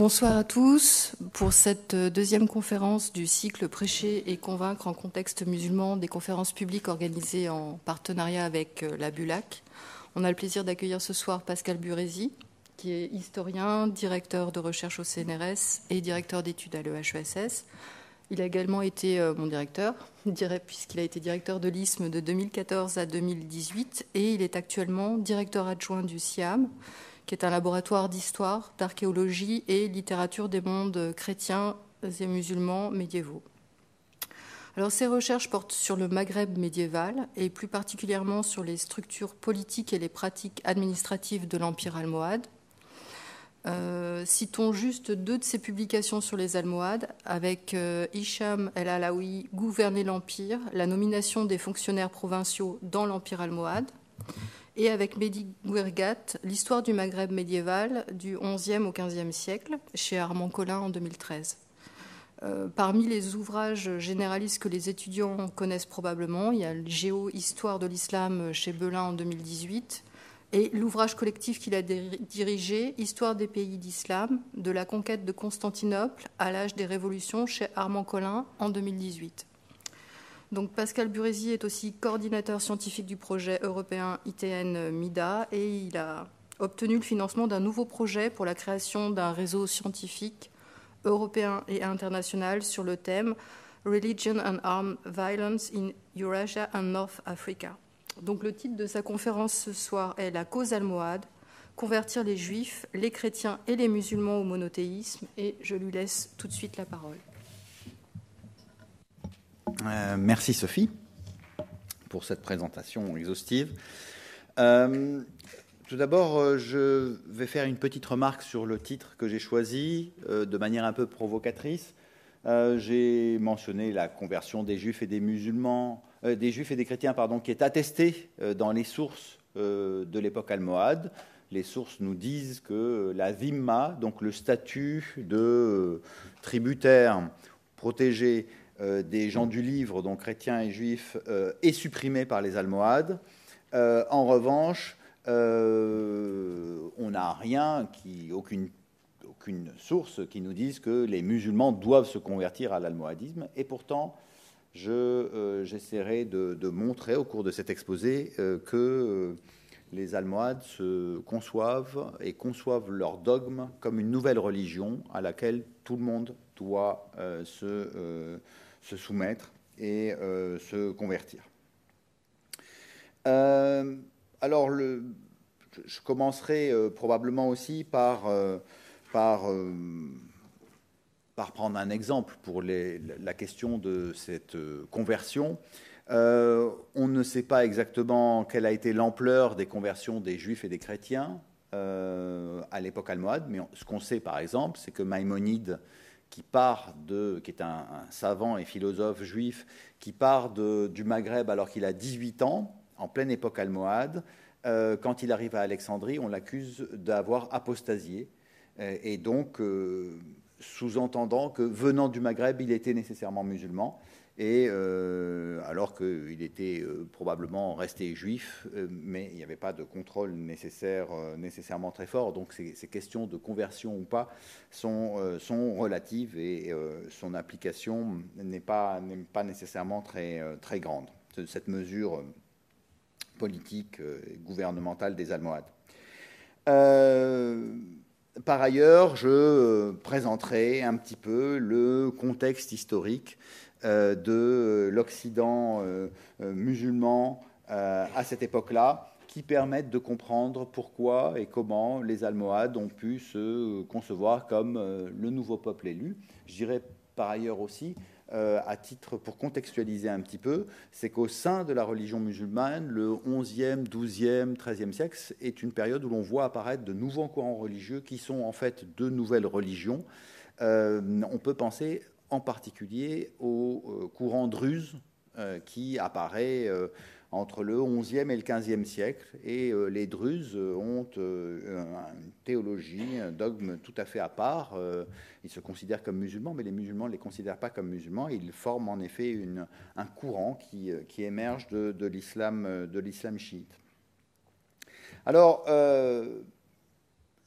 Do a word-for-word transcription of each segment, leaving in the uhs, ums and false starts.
Bonsoir à tous pour cette deuxième conférence du cycle Prêcher et convaincre en contexte musulman des conférences publiques organisées en partenariat avec la Bulac. On a le plaisir d'accueillir ce soir Pascal Burezi, qui est historien, directeur de recherche au C N R S et directeur d'études à l'E H E S S. Il a également été mon directeur, puisqu'il a été directeur de l'I S M de deux mille quatorze à deux mille dix-huit, et il est actuellement directeur adjoint du SIAM, qui est un laboratoire d'histoire, d'archéologie et littérature des mondes chrétiens et musulmans médiévaux. Alors, ces recherches portent sur le Maghreb médiéval et plus particulièrement sur les structures politiques et les pratiques administratives de l'Empire almohade. Euh, citons juste deux de ses publications sur les Almohades, avec euh, Hicham el-Alaoui, Gouverner l'Empire, la nomination des fonctionnaires provinciaux dans l'Empire almohade, et avec Mehdi Guergat, l'histoire du Maghreb médiéval du onzième au quinzième siècle, chez Armand Collin en deux mille treize. Euh, parmi les ouvrages généralistes que les étudiants connaissent probablement, il y a le Géo-Histoire de l'islam chez Belin en deux mille dix-huit, et l'ouvrage collectif qu'il a dirigé, Histoire des pays d'islam, de la conquête de Constantinople à l'âge des révolutions chez Armand Collin en deux mille dix-huit. Donc Pascal Burezi est aussi coordinateur scientifique du projet européen I T N MIDA et il a obtenu le financement d'un nouveau projet pour la création d'un réseau scientifique européen et international sur le thème Religion and Armed Violence in Eurasia and North Africa. Donc le titre de sa conférence ce soir est La cause almohade, convertir les juifs, les chrétiens et les musulmans au monothéisme, et je lui laisse tout de suite la parole. Euh, merci Sophie pour cette présentation exhaustive. Euh, tout d'abord, euh, je vais faire une petite remarque sur le titre que j'ai choisi euh, de manière un peu provocatrice. Euh, j'ai mentionné la conversion des juifs et des musulmans, euh, des juifs et des chrétiens, pardon, qui est attestée euh, dans les sources euh, de l'époque almohade. Les sources nous disent que la zimma, donc le statut de euh, tributaire protégé Euh, des gens du livre, donc chrétiens et juifs, euh, est supprimé par les Almohades. Euh, en revanche, euh, on n'a rien, qui, aucune, aucune source qui nous dise que les musulmans doivent se convertir à l'almohadisme. Et pourtant, je, euh, j'essaierai de, de montrer au cours de cet exposé euh, que euh, les Almohades se conçoivent et conçoivent leur dogme comme une nouvelle religion à laquelle tout le monde doit euh, se... Euh, se soumettre et euh, se convertir. Euh, alors, le, je commencerai euh, probablement aussi par, euh, par, euh, par prendre un exemple pour les, la question de cette euh, conversion. Euh, on ne sait pas exactement quelle a été l'ampleur des conversions des juifs et des chrétiens euh, à l'époque almohade, mais on, ce qu'on sait par exemple, c'est que Maïmonide, qui part de, qui est un, un savant et philosophe juif, qui part de, du Maghreb alors qu'il a dix-huit ans, en pleine époque almohade. Euh, quand il arrive à Alexandrie, on l'accuse d'avoir apostasié, euh, et donc euh, sous-entendant que venant du Maghreb, il était nécessairement musulman, et euh, alors qu'il était euh, probablement resté juif, euh, mais il n'y avait pas de contrôle nécessaire, euh, nécessairement très fort. Donc ces, ces questions de conversion ou pas sont, euh, sont relatives, et euh, son application n'est pas, n'est pas nécessairement très, euh, très grande, cette mesure politique euh, et gouvernementale des Almohades. Euh, par ailleurs, je présenterai un petit peu le contexte historique Euh, de l'Occident euh, euh, musulman euh, à cette époque-là, qui permettent de comprendre pourquoi et comment les Almohades ont pu se concevoir comme euh, le nouveau peuple élu. Je dirais par ailleurs aussi, euh, à titre pour contextualiser un petit peu, c'est qu'au sein de la religion musulmane, le onzième, douzième, treizième siècle est une période où l'on voit apparaître de nouveaux courants religieux qui sont en fait de nouvelles religions. Euh, on peut penser en particulier au euh, courant druze euh, qui apparaît euh, entre le onzième et le quinzième siècle. Et euh, les druzes ont euh, une théologie, un dogme tout à fait à part. Euh, ils se considèrent comme musulmans, mais les musulmans ne les considèrent pas comme musulmans. Ils forment en effet une, un courant qui, qui émerge de, de l'islam, de l'islam chiite. Alors, euh,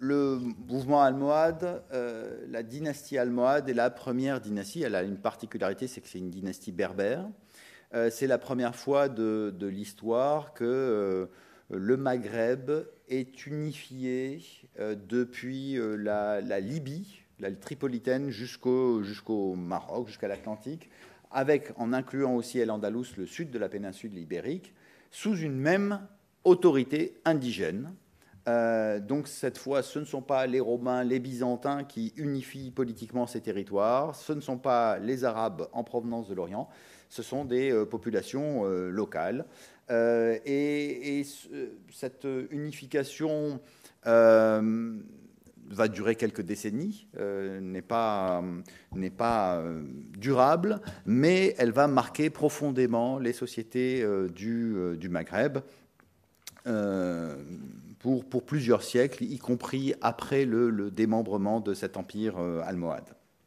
le mouvement almohade, euh, la dynastie almohade est la première dynastie. Elle a une particularité, c'est que c'est une dynastie berbère. Euh, c'est la première fois de, de l'histoire que euh, le Maghreb est unifié euh, depuis euh, la, la Libye, la tripolitaine, jusqu'au, jusqu'au Maroc, jusqu'à l'Atlantique, avec, en incluant aussi El-Andalus, le sud de la péninsule ibérique, sous une même autorité indigène. Euh, donc cette fois, ce ne sont pas les Romains, les Byzantins qui unifient politiquement ces territoires, ce ne sont pas les Arabes en provenance de l'Orient, ce sont des euh, populations euh, locales. Euh, et, et cette unification euh, va durer quelques décennies, euh, n'est pas, n'est pas euh, durable, mais elle va marquer profondément les sociétés euh, du, euh, du Maghreb euh, pour, pour plusieurs siècles, y compris après le, le démembrement de cet empire euh, almohade.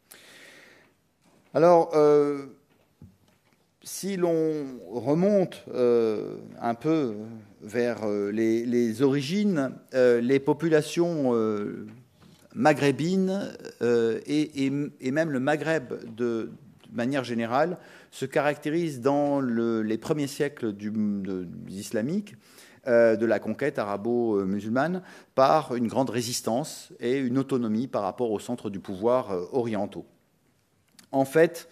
Alors, euh, si l'on remonte euh, un peu vers euh, les, les origines, euh, les populations euh, maghrébines euh, et, et, et même le Maghreb de, de manière générale se caractérisent dans le, les premiers siècles du, de, islamiques euh, de la conquête arabo-musulmane par une grande résistance et une autonomie par rapport aux centres du pouvoir euh, orientaux. En fait,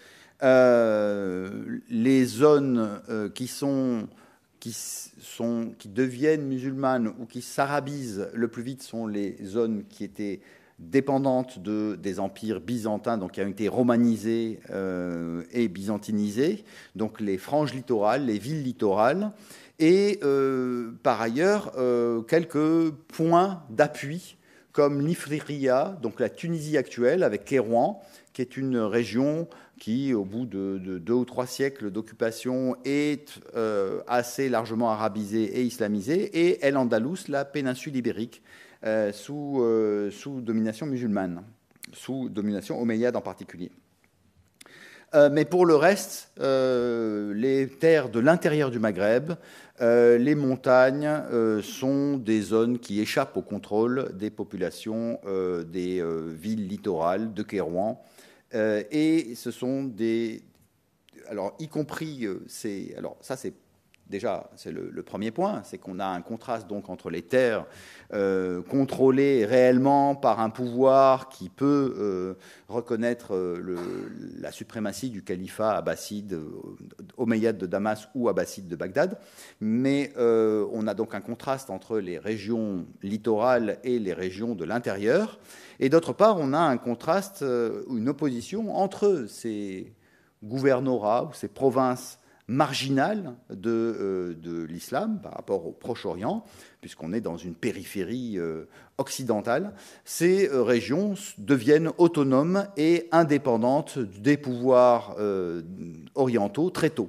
Euh, les zones euh, qui, sont, qui, sont, qui deviennent musulmanes ou qui s'arabisent le plus vite sont les zones qui étaient dépendantes de, des empires byzantins, donc qui ont été romanisées euh, et byzantinisées, donc les franges littorales, les villes littorales, et euh, par ailleurs euh, quelques points d'appui comme l'Ifriqiya, donc la Tunisie actuelle, avec Kérouan, qui est une région qui, au bout de, de deux ou trois siècles d'occupation, est euh, assez largement arabisée et islamisée, et El-Andalus, la péninsule ibérique, euh, sous, euh, sous domination musulmane, sous domination omeyyade en particulier. Euh, mais pour le reste, euh, les terres de l'intérieur du Maghreb, euh, les montagnes euh, sont des zones qui échappent au contrôle des populations euh, des euh, villes littorales de Kérouan. Euh, et ce sont des... Alors, y compris... Euh, c'est, alors, ça, c'est déjà c'est le, le premier point, c'est qu'on a un contraste donc entre les terres euh, contrôlées réellement par un pouvoir qui peut euh, reconnaître euh, le, la suprématie du califat abbasside, euh, omeyyade de Damas ou abbasside de Bagdad, mais euh, on a donc un contraste entre les régions littorales et les régions de l'intérieur, et d'autre part, on a un contraste, euh, une opposition entre ces gouvernorats ou ces provinces marginale de, euh, de l'islam par rapport au Proche-Orient, puisqu'on est dans une périphérie euh, occidentale, ces euh, régions deviennent autonomes et indépendantes des pouvoirs euh, orientaux très tôt.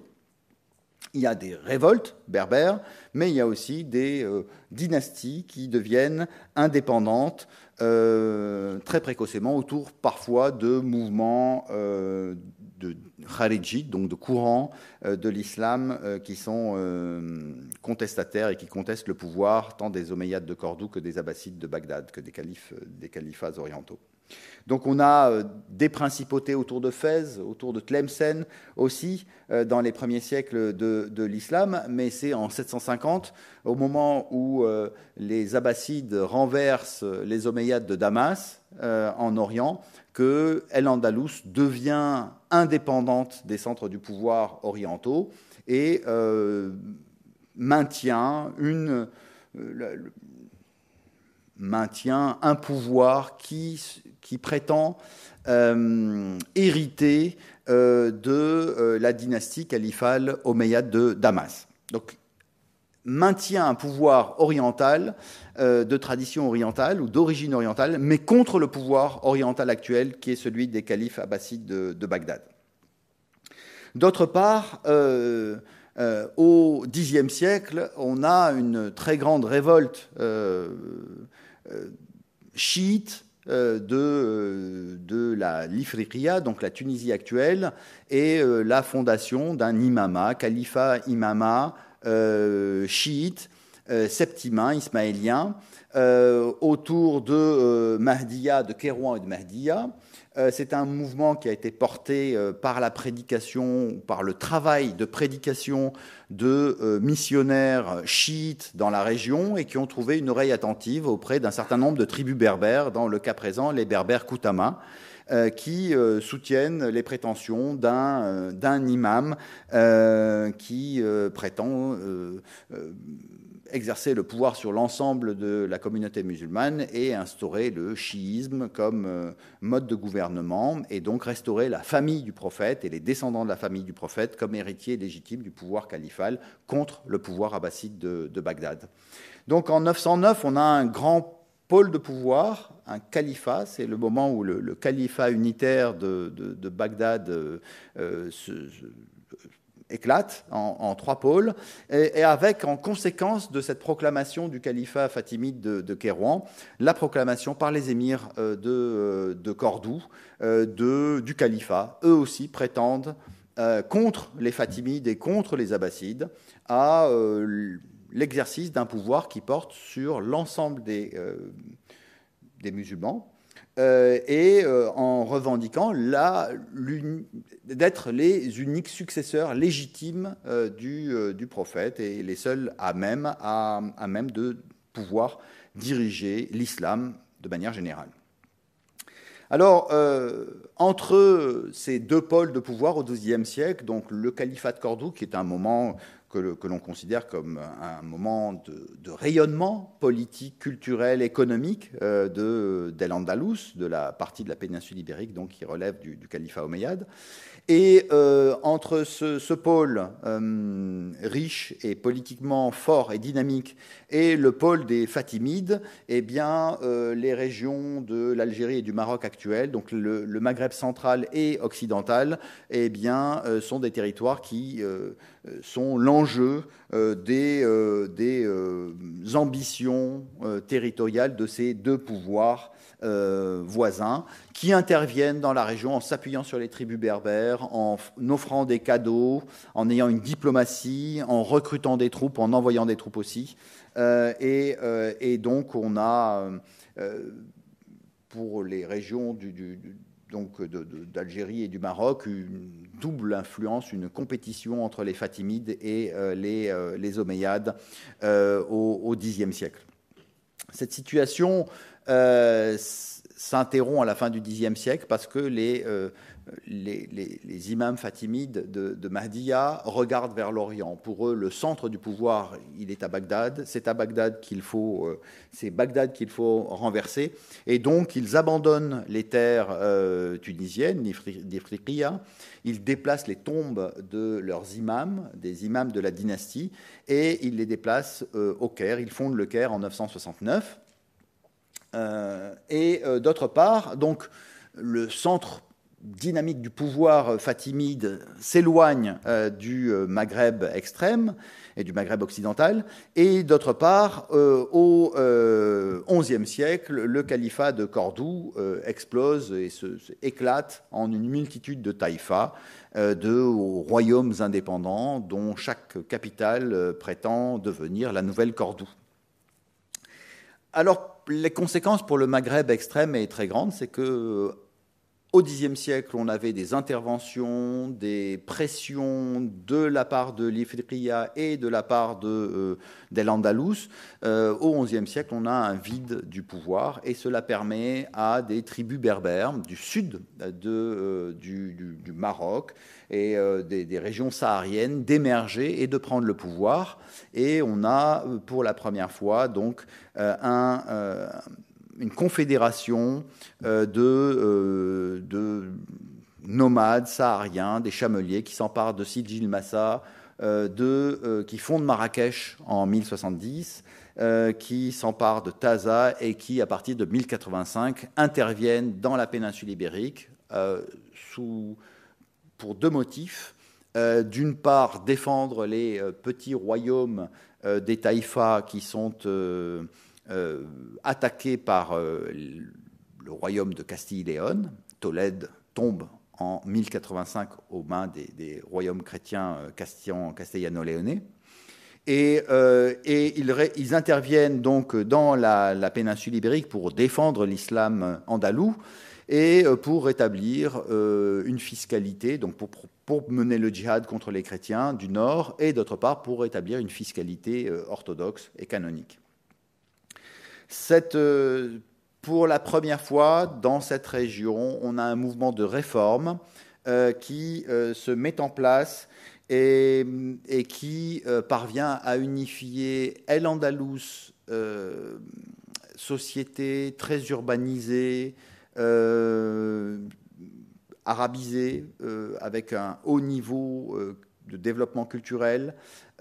Il y a des révoltes berbères, mais il y a aussi des euh, dynasties qui deviennent indépendantes euh, très précocement, autour parfois de mouvements euh, de kharidjites, donc de courants euh, de l'islam euh, qui sont euh, contestataires et qui contestent le pouvoir tant des Omeyyades de Cordoue que des Abbassides de Bagdad, que des, califes, des califats orientaux. Donc on a euh, des principautés autour de Fès, autour de Tlemcen aussi, euh, dans les premiers siècles de, de l'islam, mais c'est en sept cent cinquante, au moment où euh, les Abbassides renversent les Omeyyades de Damas euh, en Orient, que El-Andalus devient indépendante des centres du pouvoir orientaux et euh, maintient une... Euh, le, maintient un pouvoir qui, qui prétend euh, hériter euh, de euh, la dynastie califale omeyyade de Damas. Donc, maintient un pouvoir oriental, euh, de tradition orientale ou d'origine orientale, mais contre le pouvoir oriental actuel qui est celui des califes abbassides de, de Bagdad. D'autre part, euh, euh, au Xe siècle, on a une très grande révolte euh, euh, chiite euh, de, euh, de la l'Ifriqiya, donc la Tunisie actuelle, et euh, la fondation d'un imama, califat imama euh, chiite, euh, septimains, ismaéliens, euh, autour de euh, Mahdiya, de Kérouan et de Mahdiya. Euh, c'est un mouvement qui a été porté euh, par la prédication, par le travail de prédication de euh, missionnaires chiites dans la région et qui ont trouvé une oreille attentive auprès d'un certain nombre de tribus berbères, dans le cas présent les berbères Koutama, euh, qui euh, soutiennent les prétentions d'un, euh, d'un imam euh, qui euh, prétend euh, euh, exercer le pouvoir sur l'ensemble de la communauté musulmane et instaurer le chiisme comme euh, mode de gouvernement et donc restaurer la famille du prophète et les descendants de la famille du prophète comme héritiers légitimes du pouvoir califal contre le pouvoir abbasside de, de Bagdad. Donc en neuf cent neuf, on a un grand pôle de pouvoir, un califat, c'est le moment où le, le califat unitaire de, de, de Bagdad euh, euh, se, se éclate en, en trois pôles, et, et avec en conséquence de cette proclamation du califat fatimide de, de Kérouan, la proclamation par les émirs euh, de, de Cordoue euh, de, du califat. Eux aussi prétendent, euh, contre les Fatimides et contre les Abbassides, à euh, l'exercice d'un pouvoir qui porte sur l'ensemble des, euh, des musulmans, Euh, et euh, en revendiquant la, d'être les uniques successeurs légitimes euh, du, euh, du prophète et les seuls à même, à, à même de pouvoir diriger l'islam de manière générale. Alors, euh, entre ces deux pôles de pouvoir au douzième siècle, donc le califat de Cordoue, qui est un moment que, le, que l'on considère comme un moment de, de rayonnement politique, culturel, économique euh, de, d'Al-Andalus, de la partie de la péninsule ibérique donc, qui relève du, du califat omeyyade. Et euh, entre ce, ce pôle euh, riche et politiquement fort et dynamique et le pôle des Fatimides, eh bien, euh, les régions de l'Algérie et du Maroc actuels, donc le, le Maghreb central et occidental, eh bien, euh, sont des territoires qui euh, sont l'enjeu euh, des, euh, des euh, ambitions euh, territoriales de ces deux pouvoirs Euh, voisins qui interviennent dans la région en s'appuyant sur les tribus berbères, en offrant des cadeaux, en ayant une diplomatie, en recrutant des troupes, en envoyant des troupes aussi. Euh, et, euh, et donc on a, euh, pour les régions du, du, du, donc de, de, d'Algérie et du Maroc, une double influence, une compétition entre les Fatimides et euh, les, euh, les Omeyyades euh, au, au Xe siècle. Cette situation Euh, s'interrompt à la fin du Xe siècle parce que les, euh, les, les, les imams fatimides de, de Mahdiya regardent vers l'Orient. Pour eux, le centre du pouvoir, il est à Bagdad. C'est à Bagdad qu'il faut, euh, c'est Bagdad qu'il faut renverser. Et donc, ils abandonnent les terres euh, tunisiennes, d'Ifriqiya. Ils déplacent les tombes de leurs imams, des imams de la dynastie, et ils les déplacent euh, au Caire. Ils fondent le Caire en neuf cent soixante-neuf. Euh, et euh, d'autre part, donc, le centre dynamique du pouvoir fatimide s'éloigne euh, du Maghreb extrême et du Maghreb occidental, et d'autre part, euh, au euh, onzième siècle, le califat de Cordoue euh, explose et se, se éclate en une multitude de taïfas, euh, de royaumes indépendants dont chaque capitale euh, prétend devenir la nouvelle Cordoue. Alors, les conséquences pour le Maghreb extrême est très grande, c'est que au Xe siècle, on avait des interventions, des pressions de la part de l'Ifriqiya et de la part de, euh, d'Al-Andalus. Euh, au onzième siècle, on a un vide du pouvoir et cela permet à des tribus berbères du sud de, euh, du, du, du Maroc et euh, des, des régions sahariennes d'émerger et de prendre le pouvoir. Et on a pour la première fois donc euh, un... Euh, une confédération euh, de, euh, de nomades sahariens, des chameliers qui s'emparent de Sidi el Massa, euh, de, euh, qui fondent Marrakech en mille soixante-dix, euh, qui s'emparent de Taza et qui, à partir de mille quatre-vingt-cinq, interviennent dans la péninsule ibérique euh, sous, pour deux motifs. Euh, d'une part, défendre les euh, petits royaumes euh, des taïfas qui sont... Euh, Euh, attaqué par euh, le royaume de Castille et Léon. Tolède tombe en mille quatre-vingt-cinq aux mains des, des royaumes chrétiens euh, castellano-léonais. Et, euh, et ils, ré, ils interviennent donc dans la, la péninsule ibérique pour défendre l'islam andalou et pour rétablir euh, une fiscalité, donc pour, pour mener le djihad contre les chrétiens du nord, et d'autre part pour rétablir une fiscalité euh, orthodoxe et canonique. Cette, euh, pour la première fois dans cette région, on a un mouvement de réforme euh, qui euh, se met en place et, et qui euh, parvient à unifier El Andalus, euh, société très urbanisée, Euh, arabisé, euh, avec un haut niveau euh, de développement culturel,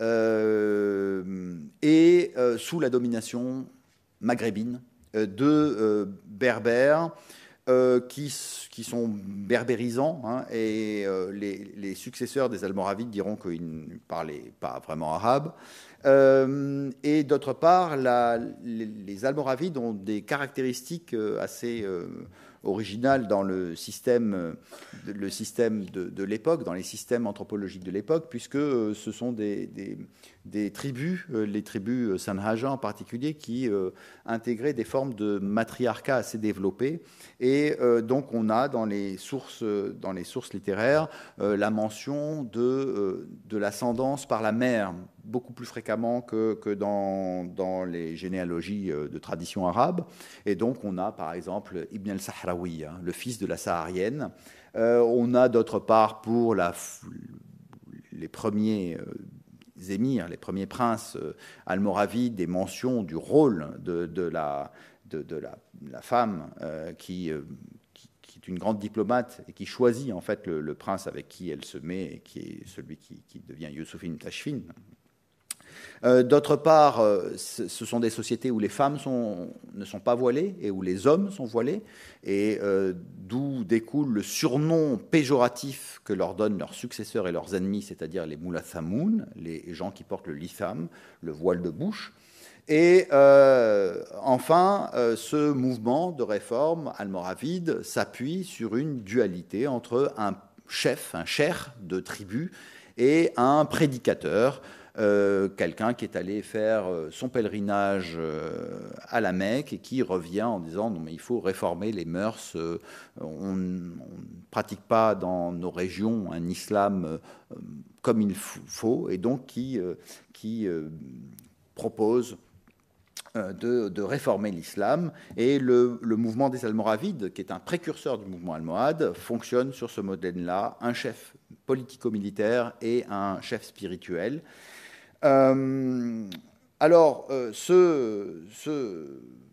euh, et euh, sous la domination maghrébine euh, de euh, berbères euh, qui, qui sont berbérisants, hein, et euh, les, les successeurs des Almoravides diront qu'ils ne parlaient pas vraiment arabe. Euh, et d'autre part, la, les, les Almoravides ont des caractéristiques assez euh, originales dans le système, le système de, de l'époque, dans les systèmes anthropologiques de l'époque, puisque euh, ce sont des, des, des tribus, euh, les tribus Sanhaja en particulier, qui euh, intégraient des formes de matriarcat assez développées. Et euh, donc on a dans les sources, dans les sources littéraires euh, la mention de, euh, de l'ascendance par la mère, beaucoup plus fréquemment que, que dans, dans les généalogies de tradition arabe. Et donc, on a, par exemple, Ibn al-Sahraoui, hein, le fils de la Saharienne. Euh, on a, d'autre part, pour la, les premiers euh, émirs, les premiers princes euh, almoravides, des mentions du rôle de, de, la, de, de la, la femme euh, qui... Euh, est une grande diplomate et qui choisit en fait le, le prince avec qui elle se met et qui est celui qui, qui devient Youssoufine Tachfin. Euh, d'autre part, euh, ce sont des sociétés où les femmes sont, ne sont pas voilées et où les hommes sont voilés, et euh, d'où découle le surnom péjoratif que leur donnent leurs successeurs et leurs ennemis, c'est-à-dire les Mulathamoun, les gens qui portent le litham, le voile de bouche. Et euh, enfin, euh, ce mouvement de réforme almoravide s'appuie sur une dualité entre un chef, un cheikh de tribu, et un prédicateur, euh, quelqu'un qui est allé faire son pèlerinage euh, à la Mecque et qui revient en disant non mais il faut réformer les mœurs, euh, on ne pratique pas dans nos régions un islam euh, comme il faut, et donc qui, euh, qui euh, propose De, de réformer l'islam. Et le, le mouvement des Almoravides, qui est un précurseur du mouvement almohade, fonctionne sur ce modèle-là, un chef politico-militaire et un chef spirituel. Euh, alors, euh, ce, ce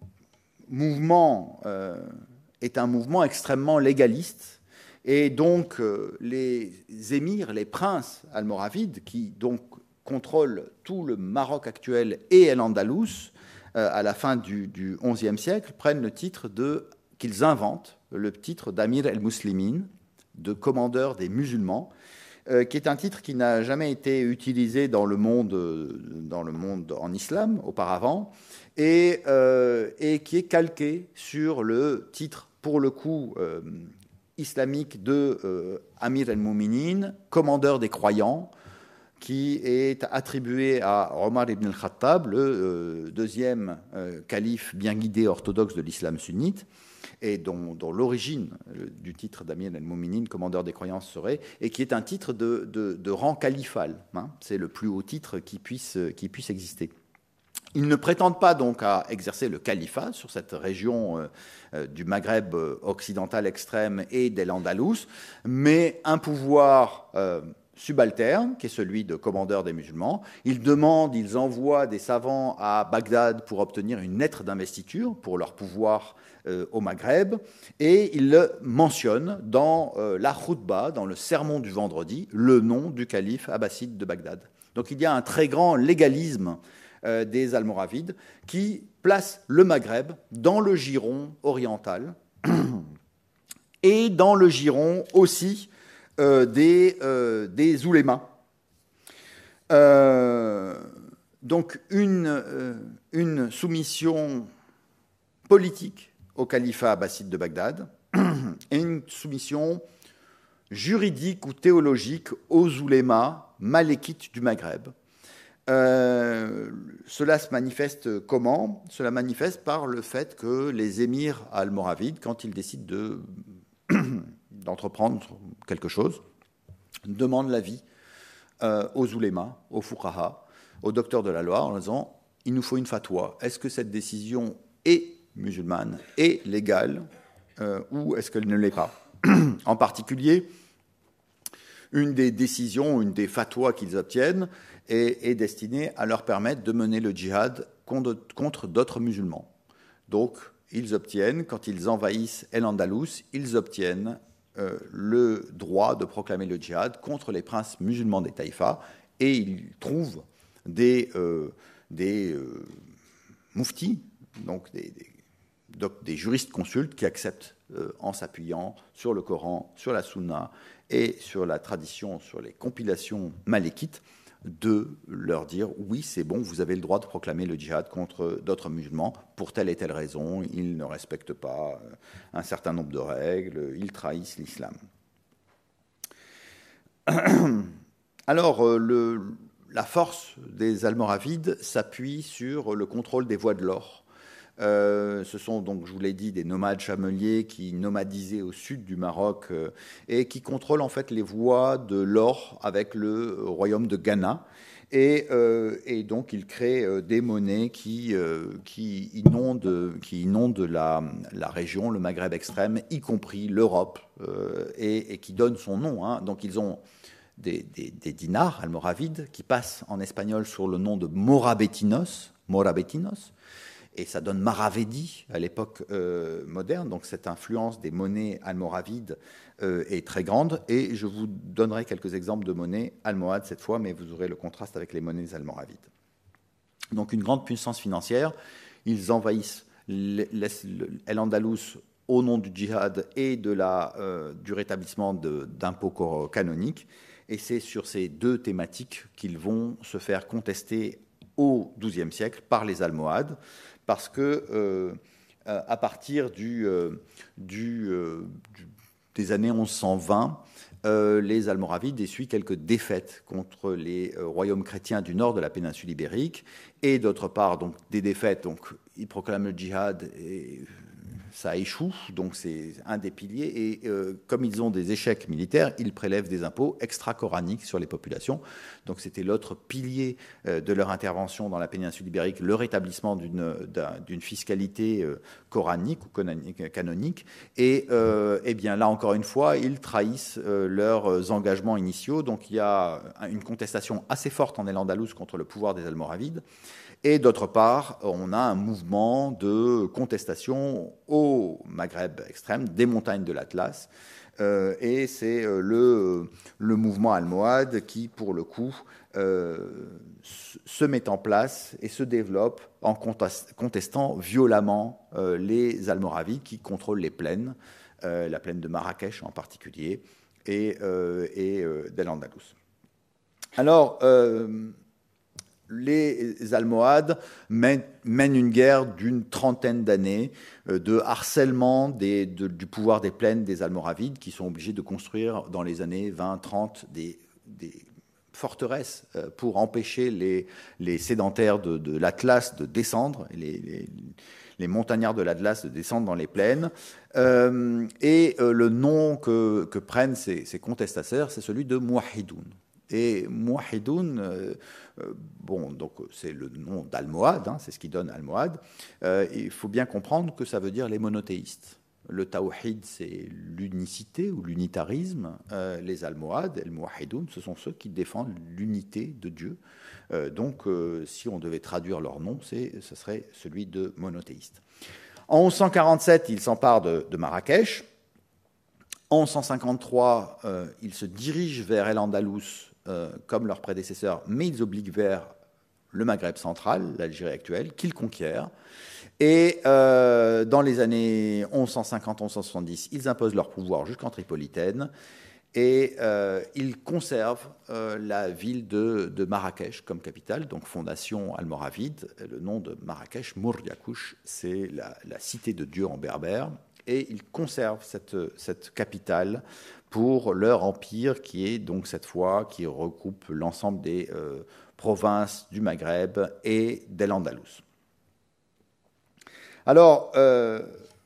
mouvement euh, est un mouvement extrêmement légaliste, et donc euh, les émirs, les princes almoravides, qui donc contrôlent tout le Maroc actuel et l'Andalous, à la fin du, du onzième siècle, prennent le titre de, qu'ils inventent, le titre d'Amir el-Muslimin, de commandeur des musulmans, euh, qui est un titre qui n'a jamais été utilisé dans le monde, dans le monde en islam auparavant, et, euh, et qui est calqué sur le titre, pour le coup, euh, islamique de euh, Amir el-Mouminin, commandeur des croyants, qui est attribué à Omar ibn al-Khattab, le euh, deuxième euh, calife bien guidé orthodoxe de l'islam sunnite, et dont, dont l'origine euh, du titre d'Amir al-Mouminin, commandeur des croyances, serait, et qui est un titre de, de, de rang califal. Hein, c'est le plus haut titre qui puisse, qui puisse exister. Ils ne prétendent pas donc à exercer le califat sur cette région euh, du Maghreb occidental extrême et d'El-Andalus, mais un pouvoir euh, subalterne, qui est celui de commandeur des musulmans. Ils demandent, ils envoient des savants à Bagdad pour obtenir une lettre d'investiture pour leur pouvoir euh, au Maghreb, et ils mentionnent dans euh, la khutba, dans le sermon du vendredi, le nom du calife abbasside de Bagdad. Donc il y a un très grand légalisme euh, des Almoravides qui place le Maghreb dans le giron oriental et dans le giron aussi Euh, des, euh, des oulémas. Euh, donc une, euh, une soumission politique au califat abbasside de Bagdad et une soumission juridique ou théologique aux oulémas malékites du Maghreb. Euh, cela se manifeste comment? Cela manifeste par le fait que les émirs almoravides, quand ils décident de, d'entreprendre quelque chose, demandent l'avis euh, aux oulémas, aux fuqaha, aux docteurs de la loi, en disant « il nous faut une fatwa. Est-ce que cette décision est musulmane, est légale, euh, ou est-ce qu'elle ne l'est pas ?» En particulier, une des décisions, une des fatwas qu'ils obtiennent est, est destinée à leur permettre de mener le djihad contre, contre d'autres musulmans. Donc, ils obtiennent, quand ils envahissent El-Andalus, ils obtiennent euh, le droit de proclamer le djihad contre les princes musulmans des taïfas, et ils trouvent des, euh, des euh, muftis, donc des, des, donc des juristes consultes qui acceptent, euh, en s'appuyant sur le Coran, sur la Sunna et sur la tradition, sur les compilations malékites, de leur dire « oui, c'est bon, vous avez le droit de proclamer le djihad contre d'autres musulmans pour telle et telle raison, ils ne respectent pas un certain nombre de règles, ils trahissent l'islam. » Alors, le, la force des Almoravides s'appuie sur le contrôle des voies de l'or. Euh, ce sont donc, je vous l'ai dit, des nomades chameliers qui nomadisaient au sud du Maroc euh, et qui contrôlent en fait les voies de l'or avec le royaume de Ghana. Et, euh, et donc, ils créent euh, des monnaies qui, euh, qui inondent, qui inondent la, la région, le Maghreb extrême, y compris l'Europe, euh, et, et qui donnent son nom. Hein. Donc, ils ont des, des, des dinars almoravides qui passent en espagnol sur le nom de morabetinos, morabetinos. Et ça donne Maravedi à l'époque euh, moderne. Donc cette influence des monnaies almoravides euh, est très grande. Et je vous donnerai quelques exemples de monnaies almohades cette fois, mais vous aurez le contraste avec les monnaies almoravides. Donc une grande puissance financière. Ils envahissent El-Andalus au nom du djihad et de la, euh, du rétablissement de, d'impôts canoniques. Et c'est sur ces deux thématiques qu'ils vont se faire contester au douzième siècle par les Almohades, parce que euh, à partir du, euh, du, euh, du, des années onze cent vingt, euh, les Almoravides essuient quelques défaites contre les euh, royaumes chrétiens du nord de la péninsule ibérique, et d'autre part donc des défaites. Donc ils proclament le djihad et ça échoue, donc c'est un des piliers. Et euh, comme ils ont des échecs militaires, ils prélèvent des impôts extra-coraniques sur les populations. Donc c'était l'autre pilier euh, de leur intervention dans la péninsule ibérique, le rétablissement d'une, d'une fiscalité euh, coranique ou canonique. Et euh, eh bien là, encore une fois, ils trahissent euh, leurs engagements initiaux. Donc il y a une contestation assez forte en El-Andalus contre le pouvoir des Almoravides. Et d'autre part, on a un mouvement de contestation au Maghreb extrême, des montagnes de l'Atlas. Euh, et c'est le, le mouvement almohade qui, pour le coup, euh, se met en place et se développe en contestant violemment euh, les Almoravides qui contrôlent les plaines, euh, la plaine de Marrakech en particulier, et, euh, et euh, d'El-Andalus. Alors, euh, les Almohades mènent une guerre d'une trentaine d'années de harcèlement des, de, du pouvoir des plaines des Almoravides qui sont obligés de construire dans les années vingt trente des, des forteresses pour empêcher les, les sédentaires de, de l'Atlas de descendre, les, les, les montagnards de l'Atlas de descendre dans les plaines. Euh, et euh, le nom que, que prennent ces, ces contestataires, c'est celui de Mouahidoun. Et Mouahidoun, euh, euh, bon, donc c'est le nom d'Almohade, hein, c'est ce qui donne Almohade. Euh, il faut bien comprendre que ça veut dire les monothéistes. Le tawhid, c'est l'unicité ou l'unitarisme. Euh, les Almohades, el Mouahidoun, ce sont ceux qui défendent l'unité de Dieu. Euh, donc, euh, si on devait traduire leur nom, c'est, ce serait celui de monothéiste. En onze cent quarante-sept, ils s'emparent de, de Marrakech. En onze cent cinquante-trois, euh, ils se dirigent vers El-Andalus, Euh, comme leurs prédécesseurs, mais ils obliquent vers le Maghreb central, l'Algérie actuelle, qu'ils conquièrent. Et euh, dans les années onze cent cinquante à onze cent soixante-dix, ils imposent leur pouvoir jusqu'en Tripolitaine et euh, ils conservent euh, la ville de, de Marrakech comme capitale, donc fondation almoravide. Le nom de Marrakech, Mour Yakouch, c'est la, la cité de Dieu en berbère. et ils conservent cette, cette capitale pour leur empire qui est donc cette fois, qui regroupe l'ensemble des euh, provinces du Maghreb et d'El-Andalus. Alors, euh,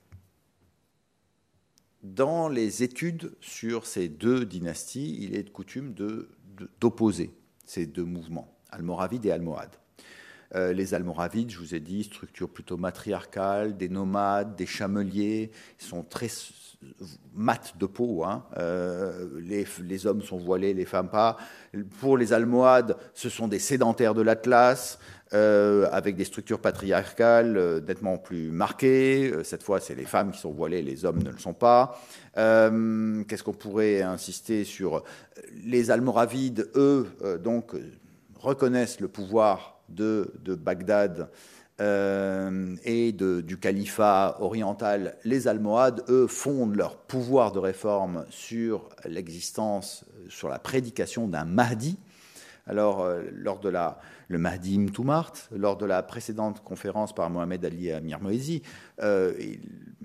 dans les études sur ces deux dynasties, il est de coutume de, de, d'opposer ces deux mouvements, almoravides et almohades. Euh, les Almoravides, je vous ai dit, structure plutôt matriarcale, des nomades, des chameliers, ils sont très mat de peau, hein. euh, les, les hommes sont voilés, les femmes pas. Pour les Almohades, ce sont des sédentaires de l'Atlas, euh, avec des structures patriarcales euh, nettement plus marquées. Euh, cette fois, c'est les femmes qui sont voilées, les hommes ne le sont pas. Euh, qu'est-ce qu'on pourrait insister sur les Almoravides, eux, euh, donc, reconnaissent le pouvoir de, de Bagdad euh, et de, du califat oriental. Les Almohades, eux, fondent leur pouvoir de réforme sur l'existence, sur la prédication d'un Mahdi. Alors, euh, lors de la, le Mahdi Ibn Tumart, lors de la précédente conférence par Mohamed Ali Amir Moezi, euh, il,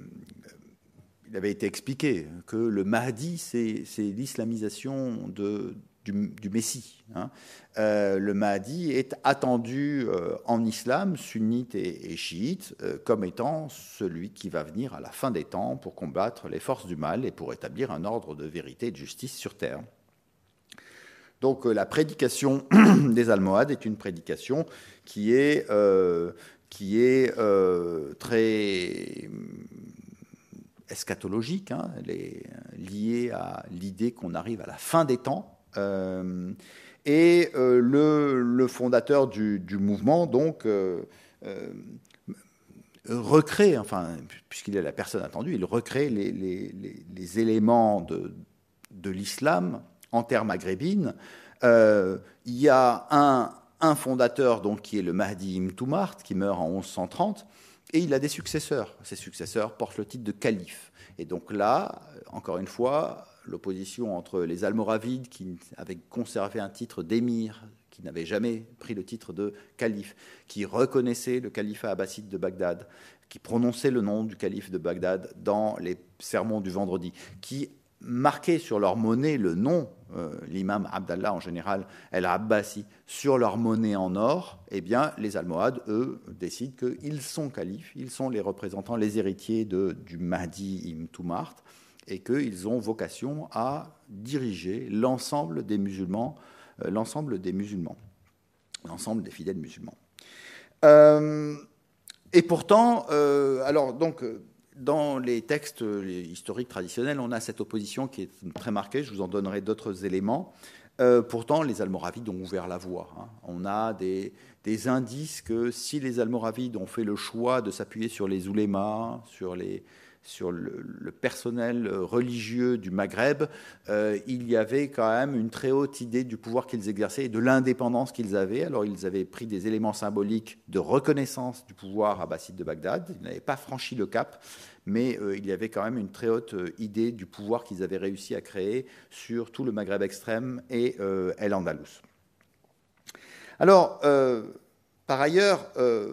il avait été expliqué que le Mahdi, c'est, c'est l'islamisation de Du, du Messie. Hein. Euh, le Mahdi est attendu euh, en islam, sunnite et, et chiite, euh, comme étant celui qui va venir à la fin des temps pour combattre les forces du mal et pour établir un ordre de vérité et de justice sur terre. Donc euh, la prédication des Almohades est une prédication qui est, euh, qui est euh, très eschatologique, hein. Elle est liée à l'idée qu'on arrive à la fin des temps. Euh, et euh, le, le fondateur du, du mouvement, donc, euh, euh, recrée, enfin, puisqu'il est la personne attendue, il recrée les, les, les, les éléments de, de l'islam en terre maghrébine. Euh, il y a un, un fondateur, donc, qui est le Mahdi Ibn Tumart, qui meurt en onze cent trente, et il a des successeurs. Ces successeurs portent le titre de calife. Et donc là, encore une fois, l'opposition entre les Almoravides, qui avaient conservé un titre d'émir, qui n'avaient jamais pris le titre de calife, qui reconnaissaient le califat abbasside de Bagdad, qui prononçaient le nom du calife de Bagdad dans les sermons du vendredi, qui marquaient sur leur monnaie le nom, euh, l'imam Abdallah en général, el-Abbasi, sur leur monnaie en or, eh bien, les Almohades, eux, décident qu'ils sont califes, ils sont les représentants, les héritiers de, du Mahdi Ibn Tumart, et qu'ils ont vocation à diriger l'ensemble des musulmans, euh, l'ensemble des musulmans, l'ensemble des fidèles musulmans. Euh, et pourtant, euh, alors donc, dans les textes les historiques traditionnels, on a cette opposition qui est très marquée. Je vous en donnerai d'autres éléments. Euh, pourtant, les Almoravides ont ouvert la voie. Hein. On a des, des indices que si les Almoravides ont fait le choix de s'appuyer sur les oulémas, sur les sur le, le personnel religieux du Maghreb, euh, il y avait quand même une très haute idée du pouvoir qu'ils exerçaient et de l'indépendance qu'ils avaient. Alors, ils avaient pris des éléments symboliques de reconnaissance du pouvoir abbasside de Bagdad. Ils n'avaient pas franchi le cap, mais euh, il y avait quand même une très haute idée du pouvoir qu'ils avaient réussi à créer sur tout le Maghreb extrême et euh, El-Andalus. Alors, euh, par ailleurs, euh,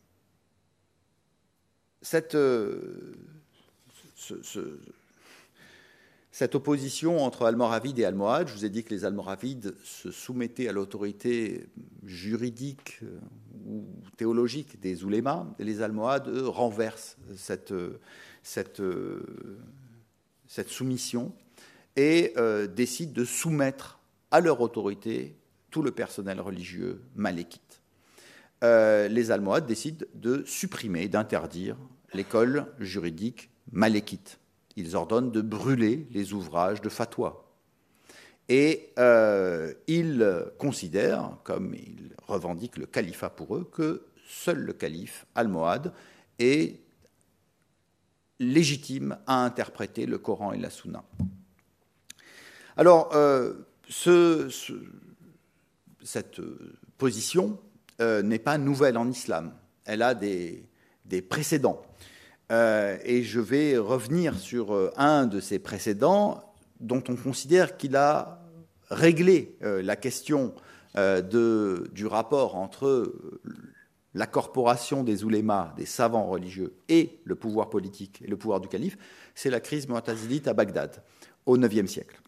cette... Euh, Ce, ce, cette opposition entre Almoravides et Almohades, je vous ai dit que les Almoravides se soumettaient à l'autorité juridique ou théologique des oulémas, et les Almohades, eux, renversent cette, cette, cette soumission et euh, décident de soumettre à leur autorité tout le personnel religieux malékite. Euh, les Almohades décident de supprimer, d'interdire l'école juridique malékite. Ils ordonnent de brûler les ouvrages de fatwa. Et euh, ils considèrent, comme ils revendiquent le califat pour eux, que seul le calife almohade est légitime à interpréter le Coran et la Sunna. Alors, euh, ce, ce, cette position euh, n'est pas nouvelle en islam. Elle a des, des précédents. Euh, et je vais revenir sur euh, un de ces précédents dont on considère qu'il a réglé euh, la question euh, de, du rapport entre la corporation des oulémas, des savants religieux, et le pouvoir politique et le pouvoir du calife, c'est la crise mu'tazilite à Bagdad, au neuvième siècle.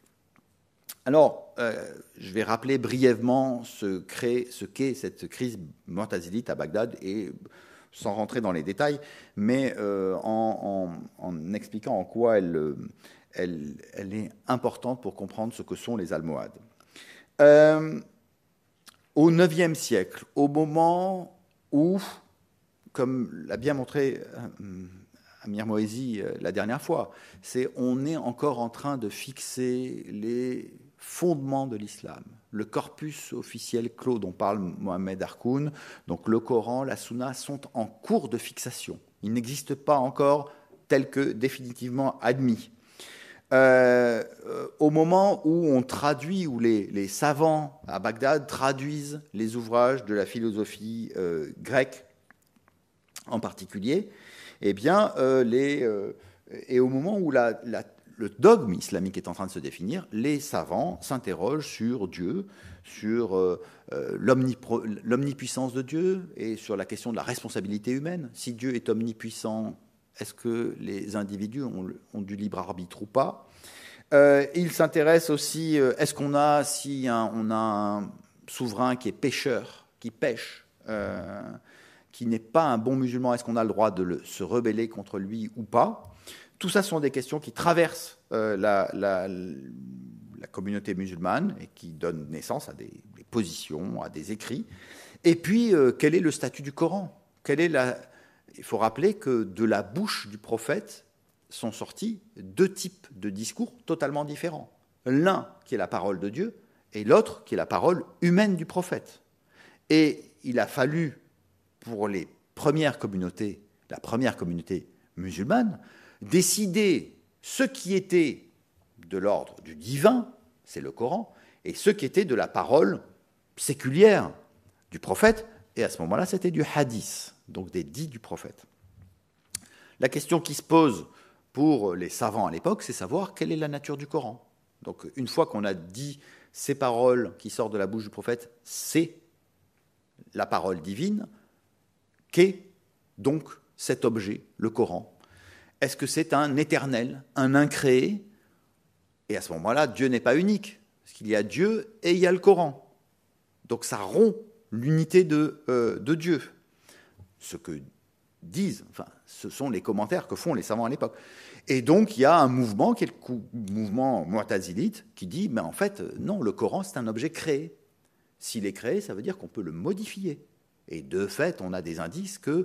Alors, euh, je vais rappeler brièvement ce, crée, ce qu'est cette crise mu'tazilite à Bagdad, et sans rentrer dans les détails, mais euh, en, en, en expliquant en quoi elle, elle, elle est importante pour comprendre ce que sont les Almohades. Euh, au neuvième siècle, au moment où, comme l'a bien montré euh, Amir Moezi euh, la dernière fois, c'est on est encore en train de fixer les fondements de l'islam, le corpus officiel clos dont parle Mohamed Harkoun, donc le Coran, la Sunna, sont en cours de fixation. Ils n'existent pas encore tels que définitivement admis. Euh, euh, au moment où on traduit, où les, les savants à Bagdad traduisent les ouvrages de la philosophie euh, grecque en particulier, eh bien, euh, les, euh, et au moment où la, la, le dogme islamique est en train de se définir, les savants s'interrogent sur Dieu, sur euh, euh, l'omnipuissance de Dieu et sur la question de la responsabilité humaine. Si Dieu est omnipuissant, est-ce que les individus ont, ont du libre arbitre ou pas? euh, Il s'intéresse aussi, euh, est-ce qu'on a, si un, on a un souverain qui est pécheur, qui pêche, euh, qui n'est pas un bon musulman, est-ce qu'on a le droit de le, se rebeller contre lui ou pas? Tout ça sont des questions qui traversent euh, la, la, la communauté musulmane et qui donnent naissance à des, des positions, à des écrits. Et puis, euh, quel est le statut du Coran? Quelle est la... Il faut rappeler que de la bouche du prophète sont sortis deux types de discours totalement différents. L'un qui est la parole de Dieu et l'autre qui est la parole humaine du prophète. Et il a fallu, pour les premières communautés, la première communauté musulmane, décider ce qui était de l'ordre du divin, c'est le Coran, et ce qui était de la parole séculière du prophète, et à ce moment-là, c'était du hadith, donc des dits du prophète. La question qui se pose pour les savants à l'époque, c'est savoir quelle est la nature du Coran. Donc une fois qu'on a dit ces paroles qui sortent de la bouche du prophète, c'est la parole divine, qu'est donc cet objet, le Coran? Est-ce que c'est un éternel, un incréé? Et à ce moment-là, Dieu n'est pas unique, parce qu'il y a Dieu et il y a le Coran. Donc ça rompt l'unité de, euh, de Dieu. Ce que disent, enfin, ce sont les commentaires que font les savants à l'époque. Et donc il y a un mouvement, qui est le mouvement mu'tazilite, qui dit, mais en fait, non, le Coran, c'est un objet créé. S'il est créé, ça veut dire qu'on peut le modifier. Et de fait, on a des indices que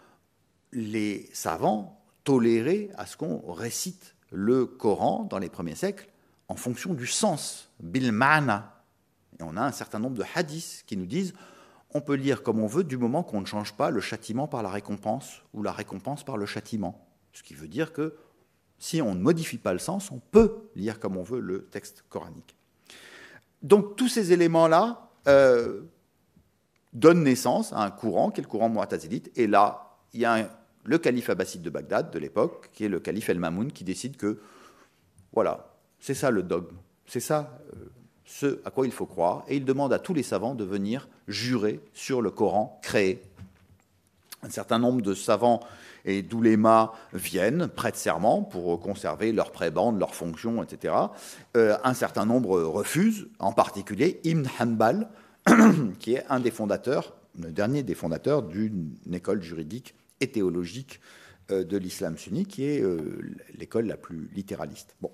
les savants toléraient à ce qu'on récite le Coran dans les premiers siècles en fonction du sens, bil ma'na. Et on a un certain nombre de hadiths qui nous disent on peut lire comme on veut du moment qu'on ne change pas le châtiment par la récompense ou la récompense par le châtiment. Ce qui veut dire que si on ne modifie pas le sens, on peut lire comme on veut le texte coranique. Donc tous ces éléments-là euh, donnent naissance à un courant qui est le courant mu'tazilite. Et là, il y a un, le calife abbasside de Bagdad de l'époque, qui est le calife El-Mamoun, qui décide que, voilà, c'est ça le dogme, c'est ça euh, ce à quoi il faut croire. Et il demande à tous les savants de venir jurer sur le Coran créé. Un certain nombre de savants et d'oulémas viennent, prêtent serment pour conserver leur prébande, leurs fonctions, et cetera. Euh, un certain nombre refusent, en particulier Ibn Hanbal, qui est un des fondateurs, le dernier des fondateurs d'une école juridique et théologique euh, de l'islam sunnite, qui est euh, l'école la plus littéraliste. Bon.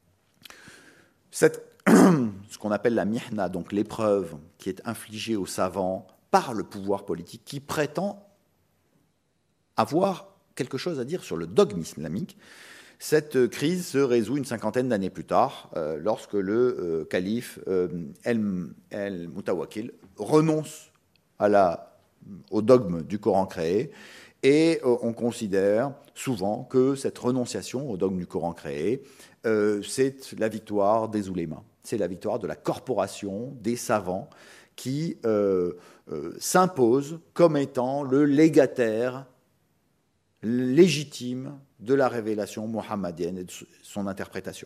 Cette, ce qu'on appelle la mihna, donc l'épreuve qui est infligée aux savants par le pouvoir politique, qui prétend avoir quelque chose à dire sur le dogme islamique. Cette crise se résout une cinquantaine d'années plus tard, euh, lorsque le euh, calife euh, El-Mutawakkil renonce à la, au dogme du Coran créé, et euh, on considère souvent que cette renonciation au dogme du Coran créé, euh, c'est la victoire des oulémas, c'est la victoire de la corporation des savants qui euh, euh, s'impose comme étant le légataire légitime de la révélation mohammadienne et de son interprétation.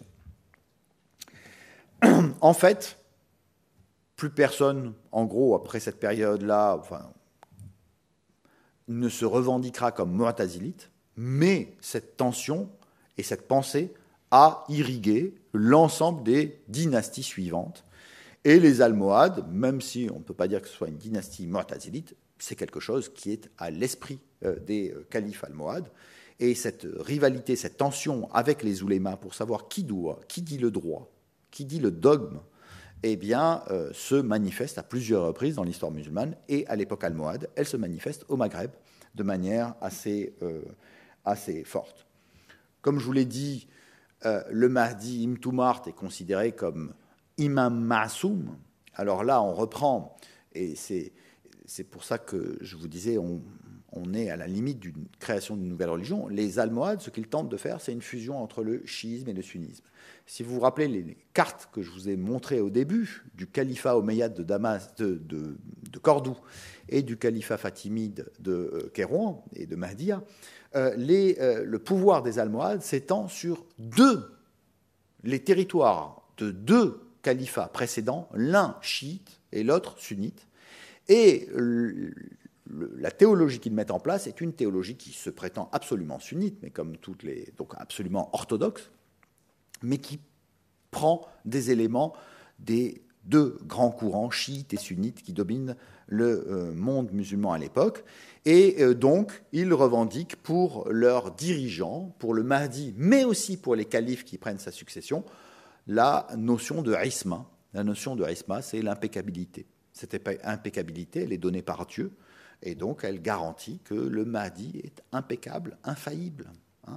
En fait, plus personne, en gros, après cette période-là, enfin, ne se revendiquera comme mu'tazilite, mais cette tension et cette pensée a irrigué l'ensemble des dynasties suivantes. Et les Almohades, même si on ne peut pas dire que ce soit une dynastie mu'tazilite, c'est quelque chose qui est à l'esprit des califes almohades. Et cette rivalité, cette tension avec les oulémas pour savoir qui doit, qui dit le droit, qui dit le dogme, eh bien, euh, se manifeste à plusieurs reprises dans l'histoire musulmane. Et à l'époque almohade, elle se manifeste au Maghreb de manière assez, euh, assez forte. Comme je vous l'ai dit, euh, le Mahdi Ibn Tumart est considéré comme imam ma'soum. Alors là, on reprend, et c'est, c'est pour ça que je vous disais, on, on est à la limite d'une création d'une nouvelle religion. Les Almohades, ce qu'ils tentent de faire, c'est une fusion entre le chiisme et le sunnisme. Si vous vous rappelez les cartes que je vous ai montrées au début du califat omeyyade de, Damas, de, de, de Cordoue et du califat fatimide de Kérouan et de Mahdia, euh, les, euh, le pouvoir des Almohades s'étend sur deux, les territoires de deux califats précédents, l'un chiite et l'autre sunnite. Et le, le, la théologie qu'ils mettent en place est une théologie qui se prétend absolument sunnite, mais comme toutes les, donc absolument orthodoxe, mais qui prend des éléments des deux grands courants, chiites et sunnites, qui dominent le euh, monde musulman à l'époque. Et euh, donc, ils revendiquent pour leurs dirigeants, pour le Mahdi, mais aussi pour les califes qui prennent sa succession, la notion de isma. La notion de isma, c'est l'impeccabilité. Cette impeccabilité, elle est donnée par Dieu, et donc elle garantit que le Mahdi est impeccable, infaillible. Hein.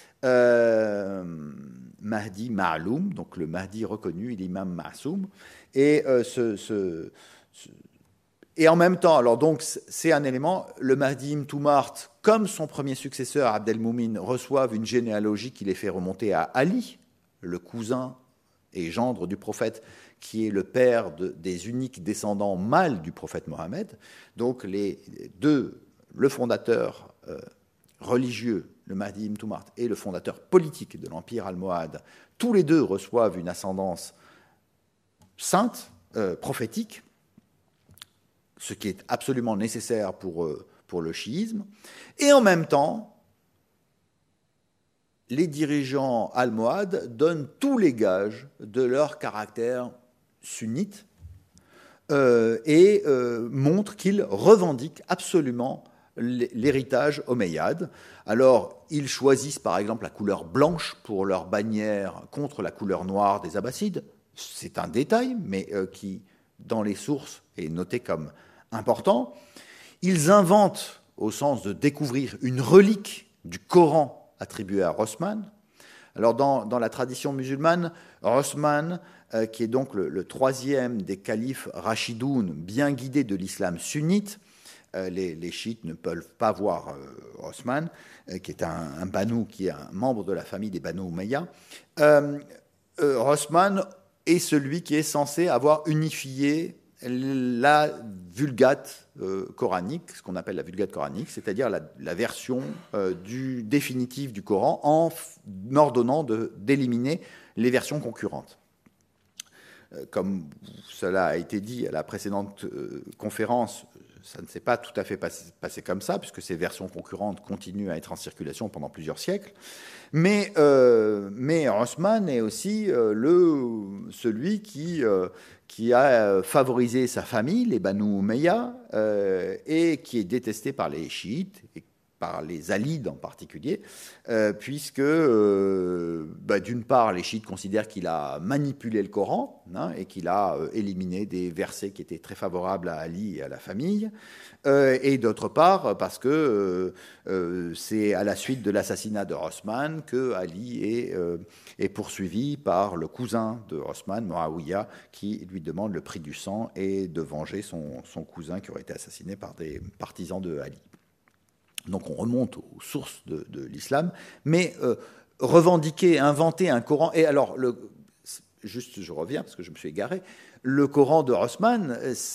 Euh, Mahdi Ma'loum, donc le Mahdi reconnu, l'imam Ma'soum, et euh, ce, ce, ce, et en même temps, alors donc c'est un élément, le Mahdi Ibn Tumart, comme son premier successeur Abdelmoumin, reçoivent une généalogie qui les fait remonter à Ali, le cousin et gendre du prophète, qui est le père de, des uniques descendants mâles du prophète Mohammed. Donc les deux, le fondateur euh, religieux, le Mahdi Ibn Tumart, et le fondateur politique de l'Empire almohade, tous les deux reçoivent une ascendance sainte, euh, prophétique, ce qui est absolument nécessaire pour, euh, pour le chiisme. Et en même temps, les dirigeants almohades donnent tous les gages de leur caractère sunnite euh, et euh, montrent qu'ils revendiquent absolument l'héritage omeyyade. Alors, ils choisissent par exemple la couleur blanche pour leur bannière contre la couleur noire des Abbassides. C'est un détail, mais euh, qui, dans les sources, est noté comme important. Ils inventent, au sens de découvrir, une relique du Coran attribuée à Osman. Alors, dans, dans la tradition musulmane, Osman, euh, qui est donc le, le troisième des califes rachidoun, bien guidés de l'islam sunnite, Euh, les, les chiites ne peuvent pas voir euh, Osman, euh, qui est un, un Banu, qui est un membre de la famille des Banu Umayya. Euh, euh, Osman est celui qui est censé avoir unifié la vulgate euh, coranique, ce qu'on appelle la vulgate coranique, c'est-à-dire la, la version euh, du, définitive du Coran, en f- ordonnant de, d'éliminer les versions concurrentes. Euh, comme cela a été dit à la précédente euh, conférence, ça ne s'est pas tout à fait passé, passé comme ça, puisque ces versions concurrentes continuent à être en circulation pendant plusieurs siècles. Mais, euh, mais Osman est aussi euh, le, celui qui, euh, qui a favorisé sa famille, les Banu Umayya, euh, et qui est détesté par les chiites, et par les alides en particulier, euh, puisque, euh, bah, d'une part, les chiites considèrent qu'il a manipulé le Coran, hein, et qu'il a euh, éliminé des versets qui étaient très favorables à Ali et à la famille, euh, et d'autre part, parce que euh, euh, c'est à la suite de l'assassinat de Osman que Ali est, euh, est poursuivi par le cousin de Osman, Muawiyah, qui lui demande le prix du sang et de venger son, son cousin qui aurait été assassiné par des partisans de Ali. Donc on remonte aux sources de, de l'islam, mais euh, revendiquer, inventer un Coran, et alors, le, juste je reviens parce que je me suis égaré, le Coran de Osman,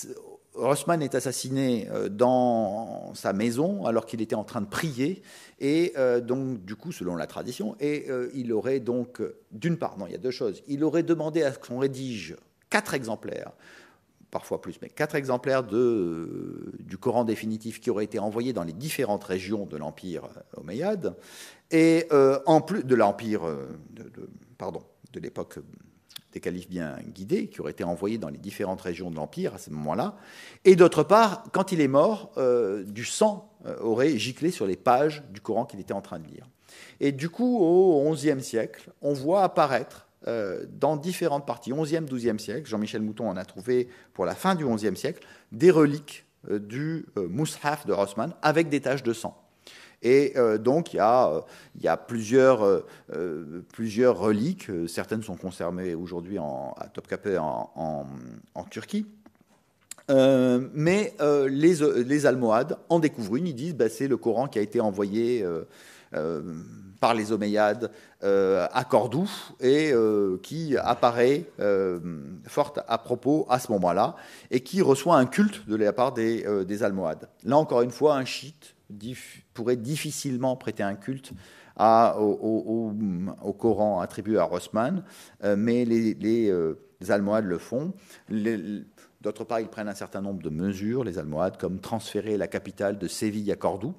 Osman est assassiné dans sa maison alors qu'il était en train de prier, et euh, donc du coup, selon la tradition, et euh, il aurait donc, d'une part, non, il y a deux choses, il aurait demandé à ce qu'on rédige quatre exemplaires, parfois plus, mais quatre exemplaires de, euh, du Coran définitif qui auraient été envoyés dans les différentes régions de l'Empire omeyyade, et euh, en plus de l'Empire, euh, de, de, pardon, de l'époque des califes bien guidés, qui auraient été envoyés dans les différentes régions de l'Empire à ce moment-là, et d'autre part, quand il est mort, euh, du sang euh, aurait giclé sur les pages du Coran qu'il était en train de lire. Et du coup, au onzième siècle, on voit apparaître Euh, dans différentes parties, onzième, douzième siècle, Jean-Michel Mouton en a trouvé pour la fin du onzième siècle, des reliques euh, du euh, Mus'haf de Osman avec des taches de sang. Et euh, donc, il y a, euh, il y a plusieurs, euh, plusieurs reliques, certaines sont conservées aujourd'hui en, à Topkapı en, en, en Turquie. Euh, mais euh, les, les Almohades en découvrent une, ils disent bah, c'est le Coran qui a été envoyé euh, euh, par les Omeyyades euh, à Cordoue et euh, qui apparaît euh, forte à propos à ce moment-là et qui reçoit un culte de la part des, euh, des Almohades. Là encore une fois, un chiite dif- pourrait difficilement prêter un culte à, au, au, au Coran attribué à Osman, euh, mais les, les, euh, les Almohades le font. Les, D'autre part, ils prennent un certain nombre de mesures, les Almohades, comme transférer la capitale de Séville à Cordoue.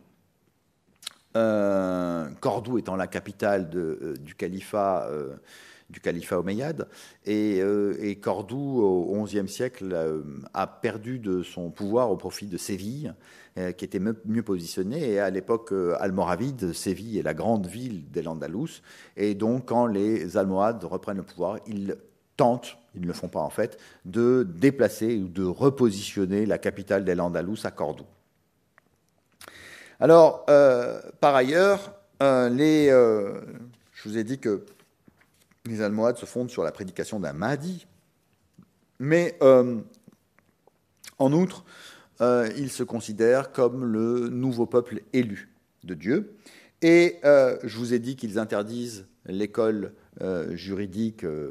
Euh, Cordoue étant la capitale de, euh, du califat, euh, du califat omeyyade, et, euh, et Cordoue au onzième siècle euh, a perdu de son pouvoir au profit de Séville, euh, qui était mieux, mieux positionnée. Et à l'époque euh, almoravide, Séville est la grande ville de l'Andalous, et donc quand les Almohades reprennent le pouvoir, ils tentent, ils ne le font pas en fait, de déplacer ou de repositionner la capitale de l'Andalous à Cordoue. Alors, euh, par ailleurs, euh, les, euh, je vous ai dit que les Almohades se fondent sur la prédication d'un Mahdi, mais euh, en outre, euh, ils se considèrent comme le nouveau peuple élu de Dieu. Et euh, je vous ai dit qu'ils interdisent l'école euh, juridique euh,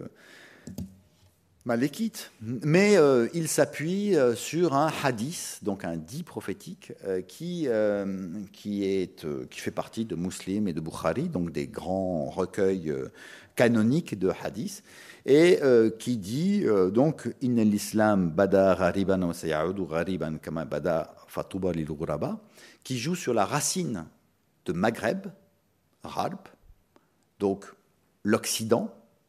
malékite, mais euh, il s'appuie euh, sur un hadith, donc un dit prophétique, euh, qui, euh, qui, est, euh, qui fait partie de Muslim et de Bukhari, donc des grands recueils euh, canoniques de hadith, et euh, qui dit euh, donc « Inna l'islam bada ghariban wa sayaudu ghariban kama bada fatuba lil ghuraba », qui joue sur la racine de Maghreb, Gharb, donc l'Occident.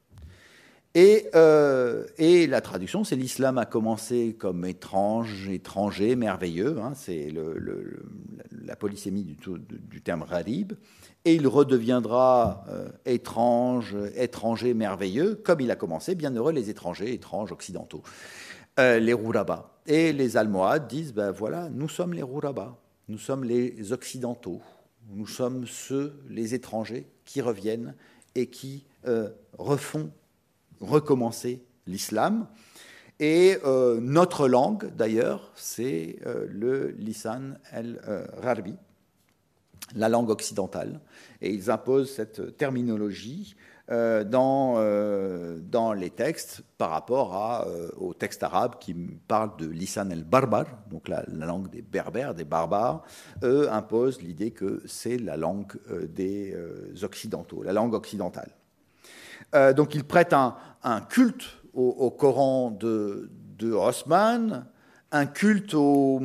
Et, euh, et la traduction, c'est l'islam a commencé comme étrange, étranger, merveilleux. Hein, c'est le, le, la polysémie du, du terme gharib. Et il redeviendra euh, étrange, étranger, merveilleux, comme il a commencé, bienheureux les étrangers, étranges, occidentaux, euh, les rourabas. Et les Almohades disent, ben voilà, nous sommes les rourabas, nous sommes les occidentaux, nous sommes ceux, les étrangers, qui reviennent et qui euh, refont recommencer l'islam. Et euh, notre langue, d'ailleurs, c'est euh, le lisan el-gharbi, la langue occidentale. Et ils imposent cette terminologie euh, dans, euh, dans les textes par rapport à, euh, aux textes arabes qui parlent de lisan el-barbar, donc la, la langue des berbères, des barbares. Eux imposent l'idée que c'est la langue euh, des euh, occidentaux, la langue occidentale. Euh, donc il prête un, un culte au, au Coran de, de Osman, un culte au,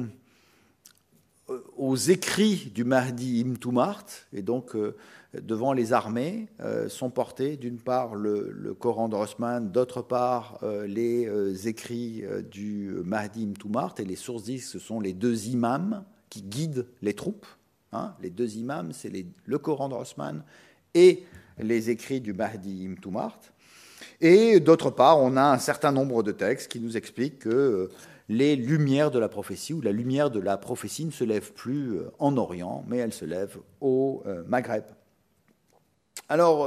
aux écrits du Mahdi Ibn Tumart, et donc euh, devant les armées euh, sont portés d'une part le, le Coran de Osman, d'autre part euh, les euh, écrits euh, du Mahdi Ibn Tumart, et les sources disent que ce sont les deux imams qui guident les troupes. Hein, les deux imams, c'est les, le Coran de Osman et les écrits du Mahdi Ibn Tumart. Et d'autre part, on a un certain nombre de textes qui nous expliquent que les lumières de la prophétie, ou la lumière de la prophétie ne se lève plus en Orient, mais elle se lève au Maghreb. Alors,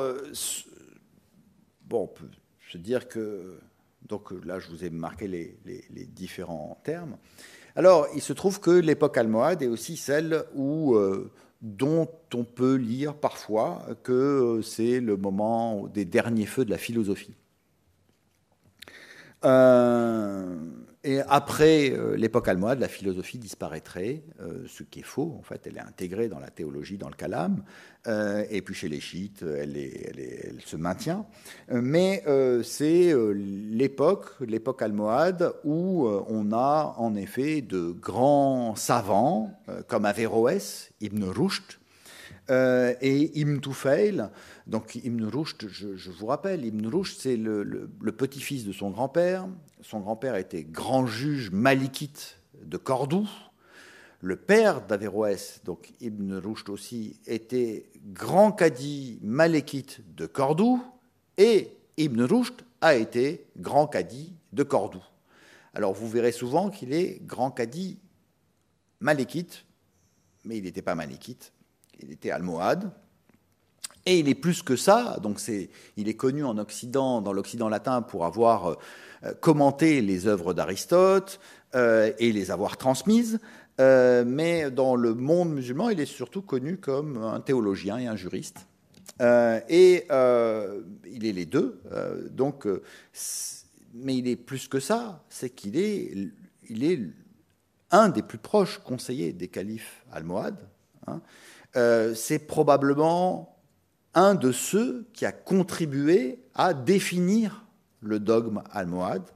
bon, on peut se dire que... Donc là, je vous ai marqué les, les, les différents termes. Alors, il se trouve que l'époque almohade est aussi celle où... Euh, dont on peut lire parfois que c'est le moment des derniers feux de la philosophie. Euh, et après euh, l'époque almohade, la philosophie disparaîtrait, euh, ce qui est faux. En fait, elle est intégrée dans la théologie, dans le kalam. Euh, et puis chez les chiites, elle, est, elle, est, elle se maintient. Euh, mais euh, c'est euh, l'époque, l'époque almohade, où euh, on a en effet de grands savants, euh, comme Averroès, Ibn Rushd, euh, et Ibn Tufayl. Donc Ibn Rushd, je, je vous rappelle, Ibn Rushd, c'est le, le, le petit-fils de son grand-père. Son grand-père était grand juge malikite de Cordoue. Le père d'Averroès, donc Ibn Rushd aussi, était grand cadi malékite de Cordoue, et Ibn Rushd a été grand cadi de Cordoue. Alors vous verrez souvent qu'il est grand cadi malékite, mais il n'était pas malékite, il était almohade. Et il est plus que ça, donc c'est, il est connu en Occident, dans l'Occident latin, pour avoir euh, commenté les œuvres d'Aristote euh, et les avoir transmises. Euh, mais dans le monde musulman, il est surtout connu comme un théologien et un juriste. Euh, et euh, il est les deux. Euh, donc, euh, mais il est plus que ça, c'est qu'il est, il est un des plus proches conseillers des califes almohades. Hein. Euh, c'est probablement un de ceux qui a contribué à définir le dogme almohade.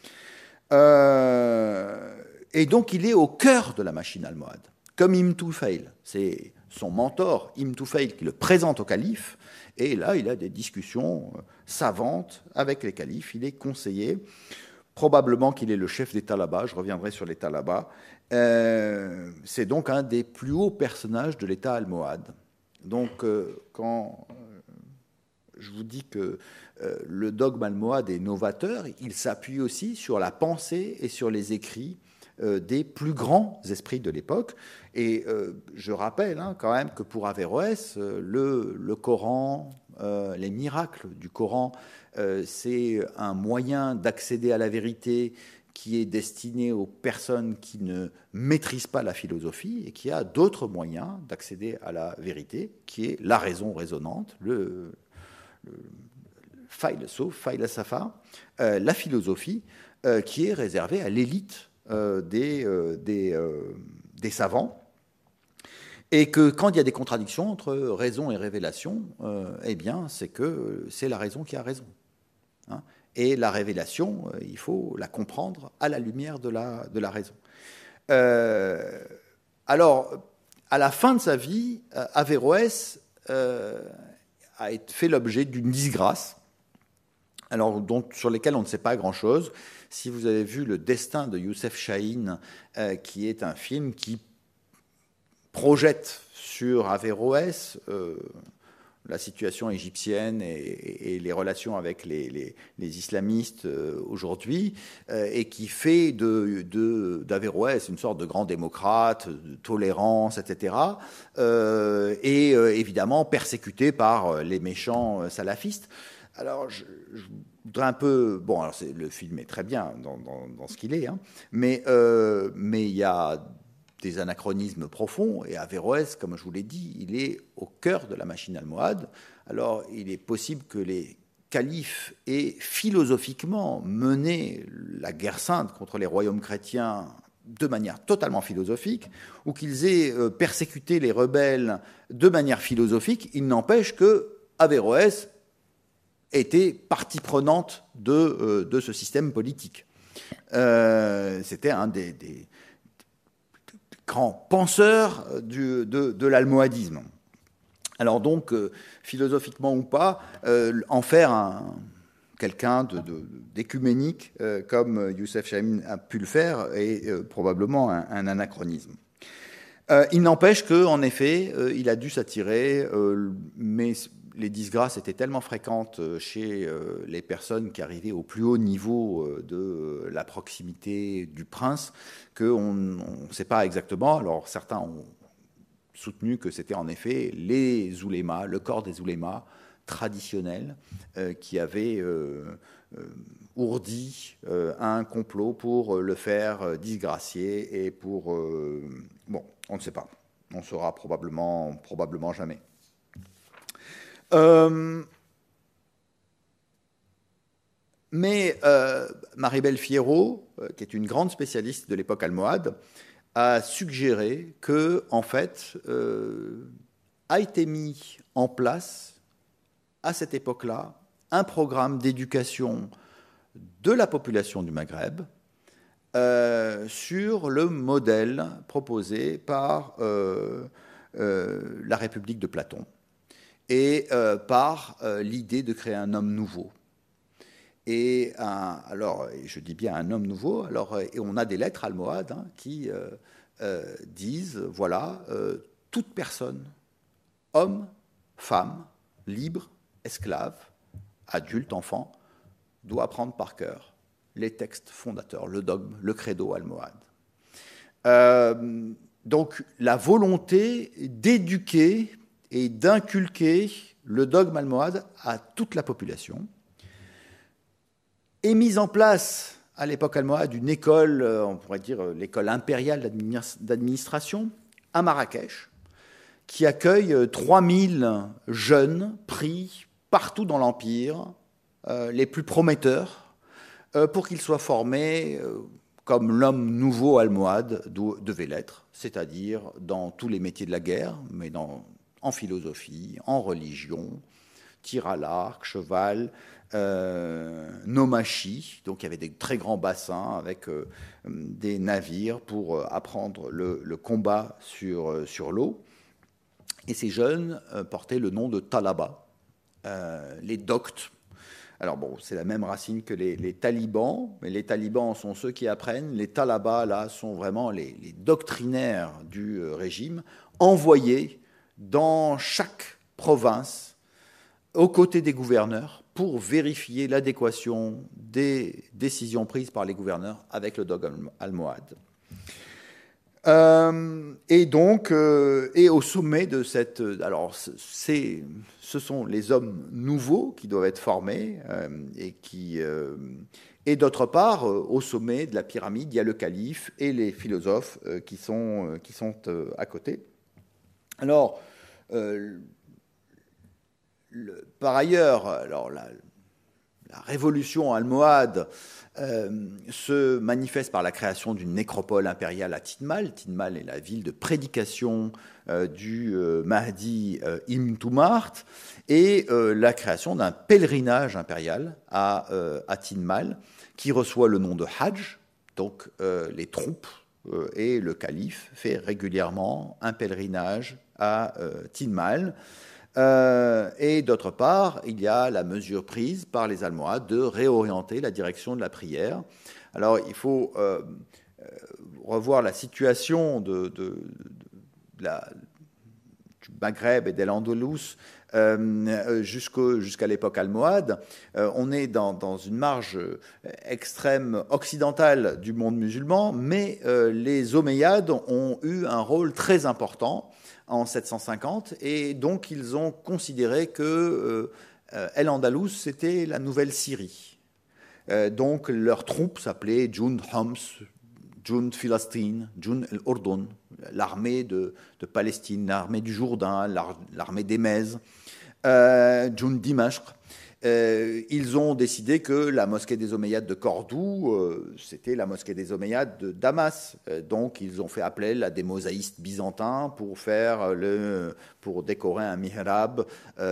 Euh, et donc, il est au cœur de la machine almohade, comme Ibn Tufayl. C'est son mentor, Ibn Tufayl, qui le présente au calife. Et là, il a des discussions savantes avec les califes. Il est conseiller. Probablement qu'il est le chef des talabas. Je reviendrai sur les talabas. Euh, c'est donc un des plus hauts personnages de l'État almohade. Donc, euh, quand euh, je vous dis que euh, le dogme almohade est novateur, il s'appuie aussi sur la pensée et sur les écrits euh, des plus grands esprits de l'époque. Et euh, je rappelle hein, quand même que pour Averroès, euh, le, le Coran, euh, les miracles du Coran, euh, c'est un moyen d'accéder à la vérité qui est destiné aux personnes qui ne maîtrisent pas la philosophie et qui a d'autres moyens d'accéder à la vérité, qui est la raison raisonnante, le, le philosophe, philosofa, euh, la philosophie, euh, qui est réservée à l'élite euh, des, euh, des, euh, des savants, et que quand il y a des contradictions entre raison et révélation, euh, eh bien, c'est que c'est la raison qui a raison. Hein. Et la révélation, il faut la comprendre à la lumière de la, de la raison. Euh, alors, à la fin de sa vie, Averroès euh, a fait l'objet d'une disgrâce, alors, dont, sur lesquelles on ne sait pas grand-chose. Si vous avez vu Le Destin de Youssef Chahine, euh, qui est un film qui projette sur Averroès euh, la situation égyptienne et, et les relations avec les, les, les islamistes euh, aujourd'hui, euh, et qui fait de, de, d'Averroès une sorte de grand démocrate, de tolérance, et cetera, euh, et euh, évidemment persécuté par les méchants salafistes. Alors, je, je voudrais un peu... Bon, alors c'est, le film est très bien dans, dans, dans ce qu'il est, hein, mais euh, mais il y a des anachronismes profonds, et Averroès, comme je vous l'ai dit, il est au cœur de la machine almohade. Alors, il est possible que les califes aient philosophiquement mené la guerre sainte contre les royaumes chrétiens de manière totalement philosophique, ou qu'ils aient persécuté les rebelles de manière philosophique. Il n'empêche que Averroès était partie prenante de, euh, de ce système politique. Euh, c'était un des... des grand penseur du, de, de l'almohadisme. Alors donc, euh, philosophiquement ou pas, euh, en faire un, quelqu'un de, de, d'écuménique, euh, comme Youssef Chahine a pu le faire, est euh, probablement un, un anachronisme. Euh, il n'empêche qu'en effet, euh, il a dû s'attirer, euh, mais les disgrâces étaient tellement fréquentes chez euh, les personnes qui arrivaient au plus haut niveau euh, de la proximité du prince qu'on ne sait pas exactement. Alors certains ont soutenu que c'était en effet les oulémas, le corps des oulémas traditionnels euh, qui avaient euh, euh, ourdi euh, un complot pour le faire disgracier et pour... Euh, bon, on ne sait pas. On ne saura probablement, probablement jamais. Euh, Mais euh, Maribel Fierro, euh, qui est une grande spécialiste de l'époque almohade, a suggéré que, en fait, euh, a été mis en place, à cette époque-là, un programme d'éducation de la population du Maghreb euh, sur le modèle proposé par euh, euh, la République de Platon et euh, par euh, l'idée de créer un homme nouveau. Et un, alors, je dis bien un homme nouveau, alors, et on a des lettres almohades hein, qui euh, euh, disent, voilà, euh, toute personne, homme, femme, libre, esclave, adulte, enfant, doit apprendre par cœur les textes fondateurs, le dogme, le credo almohade. Euh, donc, la volonté d'éduquer et d'inculquer le dogme almohade à toute la population, est mise en place à l'époque almohade une école, on pourrait dire l'école impériale d'administration, à Marrakech, qui accueille trois mille jeunes pris partout dans l'Empire, euh, les plus prometteurs, euh, pour qu'ils soient formés euh, comme l'homme nouveau almohade devait l'être, c'est-à-dire dans tous les métiers de la guerre, mais dans, en philosophie, en religion, tir à l'arc, cheval, euh, nomachie, donc il y avait des très grands bassins avec euh, des navires pour euh, apprendre le, le combat sur, euh, sur l'eau. Et ces jeunes euh, portaient le nom de talaba, euh, les doctes. Alors bon, c'est la même racine que les, les talibans, mais les talibans sont ceux qui apprennent. Les talabas, là, sont vraiment les, les doctrinaires du euh, régime, envoyés dans chaque province, aux côtés des gouverneurs, pour vérifier l'adéquation des décisions prises par les gouverneurs avec le dogme almohade. Euh, et donc, euh, et au sommet de cette... Alors, c'est, ce sont les hommes nouveaux qui doivent être formés, euh, et qui... Euh, et d'autre part, euh, au sommet de la pyramide, il y a le calife et les philosophes euh, qui sont, euh, qui sont euh, à côté. Alors... Euh, Le, par ailleurs, alors la, la révolution almohade euh, se manifeste par la création d'une nécropole impériale à Tinmal. Tinmal est la ville de prédication euh, du euh, Mahdi euh, Ibn Tumart, et euh, la création d'un pèlerinage impérial à, euh, à Tinmal qui reçoit le nom de Hajj. Donc euh, les troupes euh, et le calife fait régulièrement un pèlerinage à euh, Tinmal. Euh, et d'autre part, il y a la mesure prise par les Almohades de réorienter la direction de la prière. Alors, il faut euh, revoir la situation de, de, de la, du Maghreb et d'Al-Andalus euh, jusqu'à l'époque almohade. Euh, on est dans, dans une marge extrême occidentale du monde musulman, mais euh, les Omeyyades ont eu un rôle très important en sept cent cinquante, et donc ils ont considéré que euh, El-Andalus, c'était la nouvelle Syrie. Euh, donc leurs troupes s'appelaient Jund Homs, Jund Philistine, Jund el-Urdun, l'armée de, de Palestine, l'armée du Jourdain, l'armée des Mèzes, euh, Jund Dimashq. Euh, ils ont décidé que la mosquée des Omeyyades de Cordoue, euh, c'était la mosquée des Omeyyades de Damas. Euh, donc, ils ont fait appel à des mosaïstes byzantins pour faire le, pour décorer un mihrab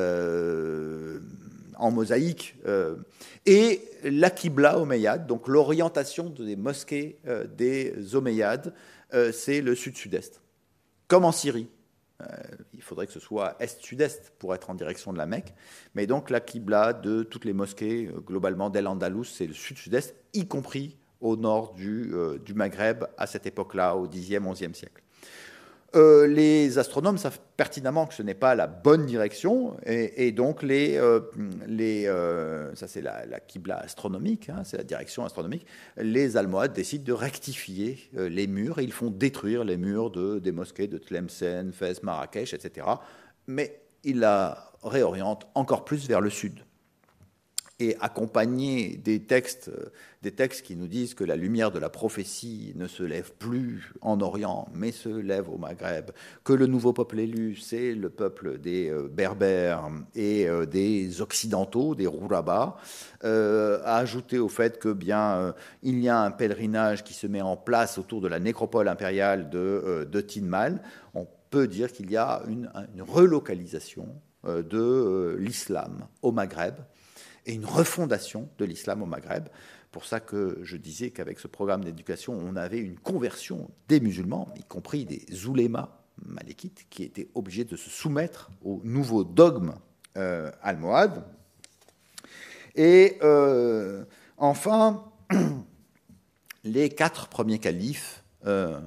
euh, en mosaïque. Euh, et la Qibla Omeyyade, donc l'orientation des mosquées euh, des Omeyyades, euh, c'est le sud-sud-est, comme en Syrie. Euh, il faudrait que ce soit est-sud-est pour être en direction de la Mecque. Mais donc la Qibla de toutes les mosquées, euh, globalement d'El-Andalus, c'est le sud-sud-est, y compris au nord du, euh, du Maghreb à cette époque-là, au dixième, onzième siècle. Euh, les astronomes savent pertinemment que ce n'est pas la bonne direction, et, et donc les, euh, les euh, ça c'est la, la Qibla astronomique, hein, c'est la direction astronomique. Les Almohades décident de rectifier euh, les murs, et ils font détruire les murs de, des mosquées de Tlemcen, Fès, Marrakech, et cetera. Mais ils la réorientent encore plus vers le sud. et accompagner des textes, des textes qui nous disent que la lumière de la prophétie ne se lève plus en Orient, mais se lève au Maghreb, que le nouveau peuple élu, c'est le peuple des Berbères et des Occidentaux, des Rourabas, euh, à ajouter au fait que bien euh, il y a un pèlerinage qui se met en place autour de la nécropole impériale de, euh, de Tinmal. On peut dire qu'il y a une, une relocalisation euh, de euh, l'islam au Maghreb, et une refondation de l'islam au Maghreb. Pour ça que je disais qu'avec ce programme d'éducation, on avait une conversion des musulmans, y compris des oulémas malékites, qui étaient obligés de se soumettre aux nouveaux dogmes euh, almohades. Et euh, enfin, les quatre premiers califes euh,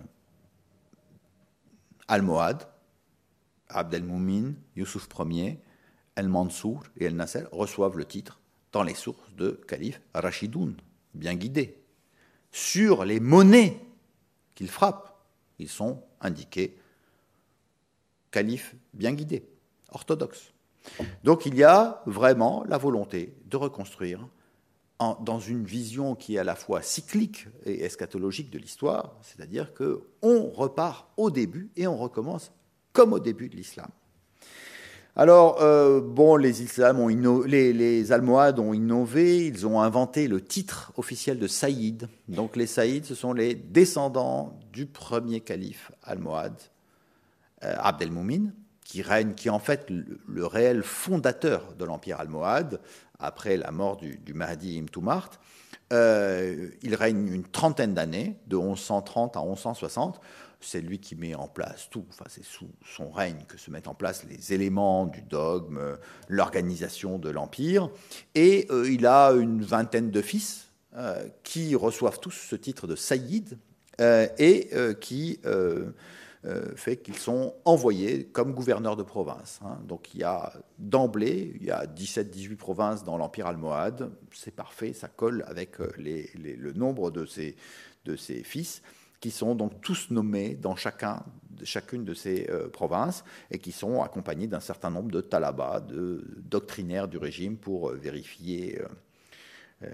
almohades, Abd el-Moumin, Youssouf Ier, El-Mansour et El-Nasser, reçoivent le titre dans les sources de calife Rachidoun, bien guidés. Sur les monnaies qu'ils frappent, ils sont indiqués calife bien guidés, orthodoxes. Donc il y a vraiment la volonté de reconstruire en, dans une vision qui est à la fois cyclique et eschatologique de l'histoire, c'est-à-dire qu'on repart au début et on recommence comme au début de l'islam. Alors, euh, bon, les, Islam ont inno- les, les Almohades ont innové, ils ont inventé le titre officiel de Saïd. Donc les Saïds, ce sont les descendants du premier calife almohade, euh, Abd el-Moumin, qui règne, qui est en fait le, le réel fondateur de l'empire almohade, après la mort du, du Mahdi ibn Tumart. Euh, il règne une trentaine d'années, de onze cent trente à onze cent soixante. C'est lui qui met en place tout. Enfin, c'est sous son règne que se mettent en place les éléments du dogme, l'organisation de l'Empire. Et euh, il a une vingtaine de fils euh, qui reçoivent tous ce titre de Saïd euh, et euh, qui euh, euh, fait qu'ils sont envoyés comme gouverneurs de province. Hein. Donc il y a d'emblée, il y a dix-sept dix-huit provinces dans l'Empire almohade. C'est parfait, ça colle avec les, les, le nombre de ces, de ces fils, qui sont donc tous nommés dans chacun, chacune de ces euh, provinces et qui sont accompagnés d'un certain nombre de talabas, de doctrinaires du régime pour euh, vérifier euh,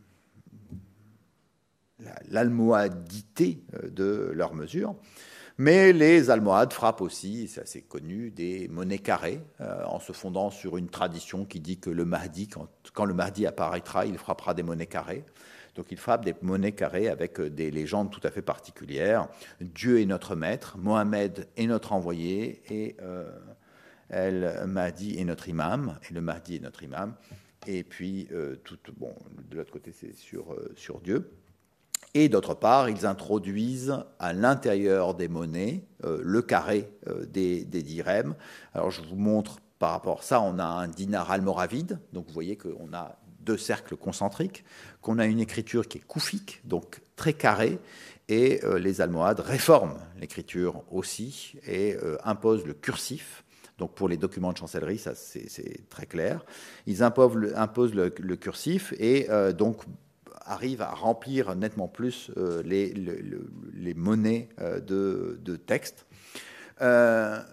euh, l'almohadité de leurs mesures. Mais les Almohades frappent aussi, c'est assez connu, des monnaies carrées, euh, en se fondant sur une tradition qui dit que le Mahdi, quand, quand le Mahdi apparaîtra, il frappera des monnaies carrées. Donc il frappe des monnaies carrées avec des légendes tout à fait particulières. Dieu est notre maître, Mohamed est notre envoyé, et euh, El Mahdi est notre imam, et le Mahdi est notre imam. Et puis, euh, tout, bon, de l'autre côté, c'est sur, euh, sur Dieu. Et d'autre part, ils introduisent à l'intérieur des monnaies euh, le carré euh, des, des dirhams. Alors je vous montre par rapport à ça, on a un dinar almoravide, donc vous voyez qu'on a deux cercles concentriques, qu'on a une écriture qui est koufique, donc très carrée, et euh, les Almohades réforment l'écriture aussi et euh, imposent le cursif. Donc pour les documents de chancellerie, ça c'est, c'est très clair. Ils imposent le, imposent le, le cursif et euh, donc arrivent à remplir nettement plus euh, les, les, les monnaies euh, de, de texte. Euh,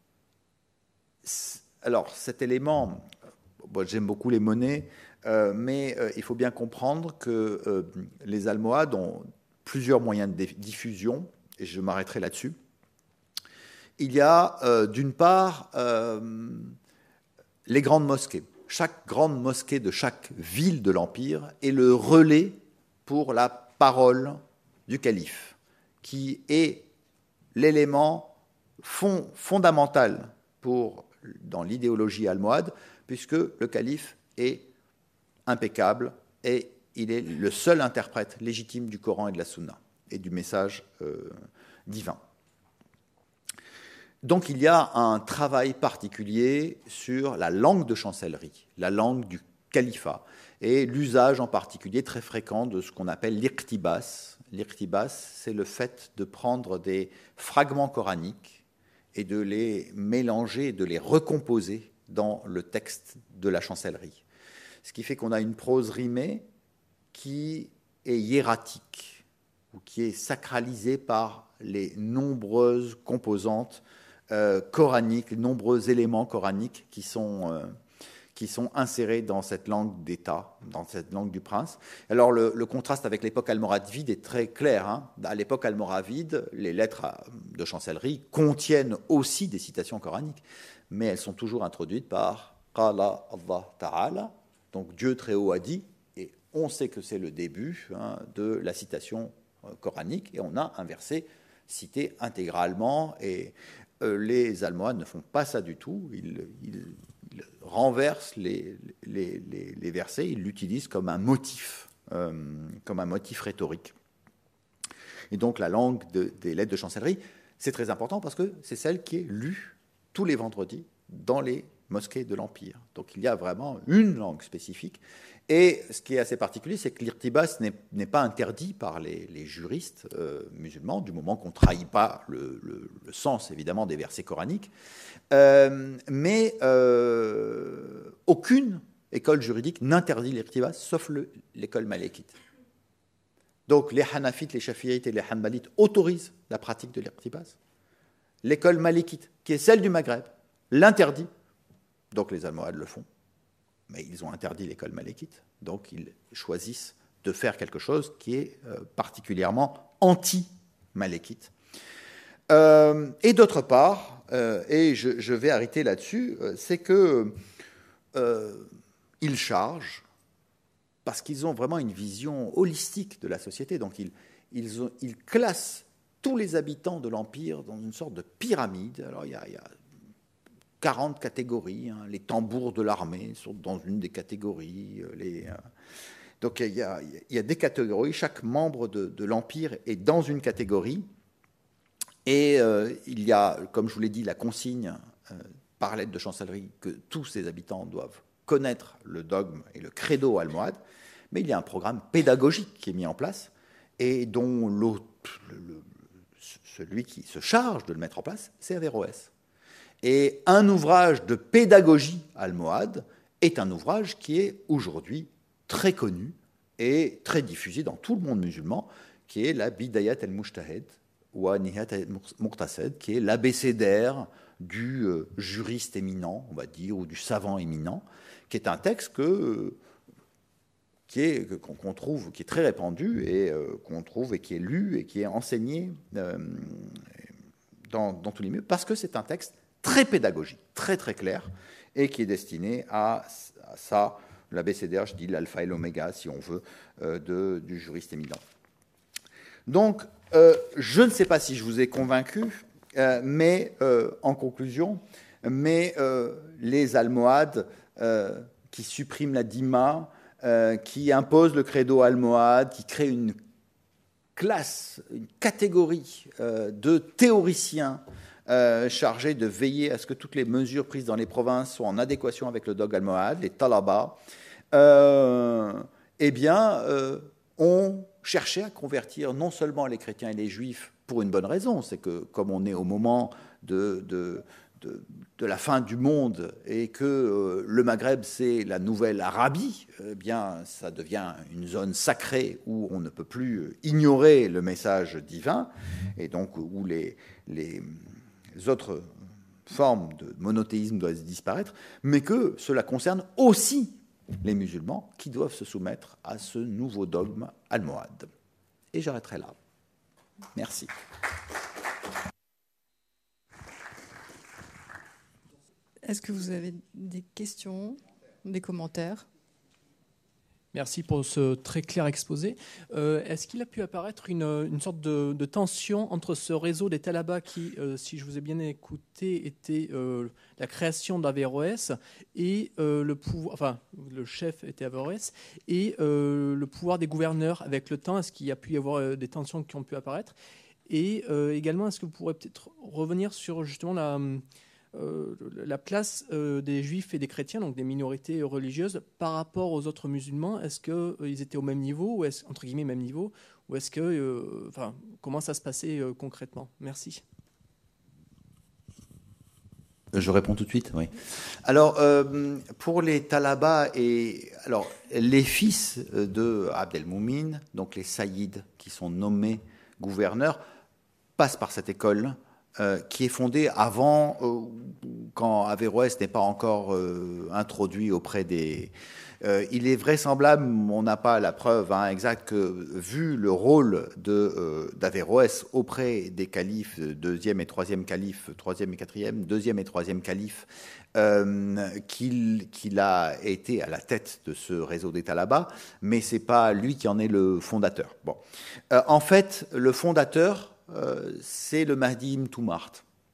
alors cet élément, bon, j'aime beaucoup les monnaies, Euh, mais euh, il faut bien comprendre que euh, les Almohades ont plusieurs moyens de diffusion, et je m'arrêterai là-dessus. Il y a euh, d'une part euh, les grandes mosquées. Chaque grande mosquée de chaque ville de l'Empire est le relais pour la parole du calife, qui est l'élément fond, fondamental pour, dans l'idéologie almohade, puisque le calife est impeccable, et il est le seul interprète légitime du Coran et de la Sunna, et du message euh, divin. Donc il y a un travail particulier sur la langue de chancellerie, la langue du califat, et l'usage en particulier très fréquent de ce qu'on appelle l'iqtibas. L'iqtibas, c'est le fait de prendre des fragments coraniques et de les mélanger, de les recomposer dans le texte de la chancellerie. Ce qui fait qu'on a une prose rimée qui est hiératique, ou qui est sacralisée par les nombreuses composantes euh, coraniques, les nombreux éléments coraniques qui sont, euh, qui sont insérés dans cette langue d'État, dans cette langue du prince. Alors le, le contraste avec l'époque almoravide est très clair. Hein. À l'époque almoravide, les lettres de chancellerie contiennent aussi des citations coraniques, mais elles sont toujours introduites par « Qala Allah Ta'ala », donc Dieu très haut a dit, et on sait que c'est le début hein, de la citation coranique, et on a un verset cité intégralement, et euh, les Almohades ne font pas ça du tout, ils, ils Il renverse les, les, les, les versets, il l'utilise comme un motif, euh, comme un motif rhétorique. Et donc la langue de, des lettres de chancellerie, c'est très important parce que c'est celle qui est lue tous les vendredis dans les mosquées de l'Empire. Donc il y a vraiment une langue spécifique. Et ce qui est assez particulier, c'est que l'irtibas n'est, n'est pas interdit par les, les juristes euh, musulmans, du moment qu'on ne trahit pas le, le, le sens, évidemment, des versets coraniques. Euh, mais euh, aucune école juridique n'interdit l'irtibas, sauf le, l'école malékite. Donc les hanafites, les shafi'ites et les hanbalites autorisent la pratique de l'irtibas. L'école malékite, qui est celle du Maghreb, l'interdit. Donc les Almohades le font. Mais ils ont interdit l'école malékite, donc ils choisissent de faire quelque chose qui est euh, particulièrement anti-malékite. Euh, et d'autre part, euh, et je, je vais arrêter là-dessus, euh, c'est que euh, ils chargent, parce qu'ils ont vraiment une vision holistique de la société, donc ils, ils, ont, ils classent tous les habitants de l'Empire dans une sorte de pyramide. Alors il y a, il y a quarante catégories, hein. Les tambours de l'armée sont dans une des catégories. Les, euh, donc il y, a, il y a des catégories, chaque membre de, de l'Empire est dans une catégorie, et euh, il y a, comme je vous l'ai dit, la consigne euh, par lettre de chancellerie que tous ces habitants doivent connaître le dogme et le credo almohade, mais il y a un programme pédagogique qui est mis en place, et dont l'autre, le, le, celui qui se charge de le mettre en place, c'est Averroès. Et un ouvrage de pédagogie almohade est un ouvrage qui est aujourd'hui très connu et très diffusé dans tout le monde musulman, qui est la Bidayat al-Mujtahid ou Nihayat al-Muqtasid, qui est l'abécédaire du euh, juriste éminent, on va dire, ou du savant éminent, qui est un texte que, euh, qui est, qu'on trouve, qui est très répandu et euh, qu'on trouve et qui est lu et qui est enseigné euh, dans, dans tous les milieux, parce que c'est un texte très pédagogique, très très clair, et qui est destiné à, à ça, l'abécédaire, je dis l'alpha et l'oméga, si on veut, euh, de, du juriste éminent. Donc, euh, je ne sais pas si je vous ai convaincu, euh, mais euh, en conclusion, mais euh, les Almohades euh, qui suppriment la dima, euh, qui imposent le credo almohade, qui créent une classe, une catégorie euh, de théoriciens Euh, chargés de veiller à ce que toutes les mesures prises dans les provinces soient en adéquation avec le dogme almohade, les talabas, euh, eh bien, euh, ont cherché à convertir non seulement les chrétiens et les juifs pour une bonne raison, c'est que comme on est au moment de, de, de, de la fin du monde et que euh, le Maghreb, c'est la nouvelle Arabie, eh bien, ça devient une zone sacrée où on ne peut plus ignorer le message divin, et donc où les... les Les autres formes de monothéisme doivent disparaître, mais que cela concerne aussi les musulmans qui doivent se soumettre à ce nouveau dogme almohade. Et j'arrêterai là. Merci. Est-ce que vous avez des questions, des commentaires ? Merci pour ce très clair exposé. Euh, est-ce qu'il a pu apparaître une, une sorte de, de tension entre ce réseau des talabas qui, euh, si je vous ai bien écouté, était euh, la création d'Averroès et euh, le pouvoir, enfin le chef était Averroès, et euh, le pouvoir des gouverneurs avec le temps? Est-ce qu'il y a pu y avoir euh, des tensions qui ont pu apparaître? Et euh, également, est-ce que vous pourrez peut-être revenir sur justement la Euh, la place euh, des juifs et des chrétiens, donc des minorités religieuses, par rapport aux autres musulmans? Est-ce qu'ils euh, étaient au même niveau, ou est-ce, entre guillemets, même niveau, ou est-ce que, euh, enfin, comment ça se passait euh, concrètement? Merci. Je réponds tout de suite, oui. Alors, euh, pour les talabas et alors les fils de Abd el-Moumin, donc les saïds qui sont nommés gouverneurs, passent par cette école. Euh, qui est fondée avant, euh, quand Averroès n'est pas encore euh, introduit auprès des... Euh, il est vraisemblable, on n'a pas la preuve hein, exacte, que vu le rôle de, euh, d'Averroès auprès des califes, deuxième et troisième calife, troisième et quatrième, deuxième et troisième calife, euh, qu'il, qu'il a été à la tête de ce réseau des talabas, mais ce n'est pas lui qui en est le fondateur. Bon. Euh, en fait, le fondateur, euh, c'est le Mahdi ibn Toumart,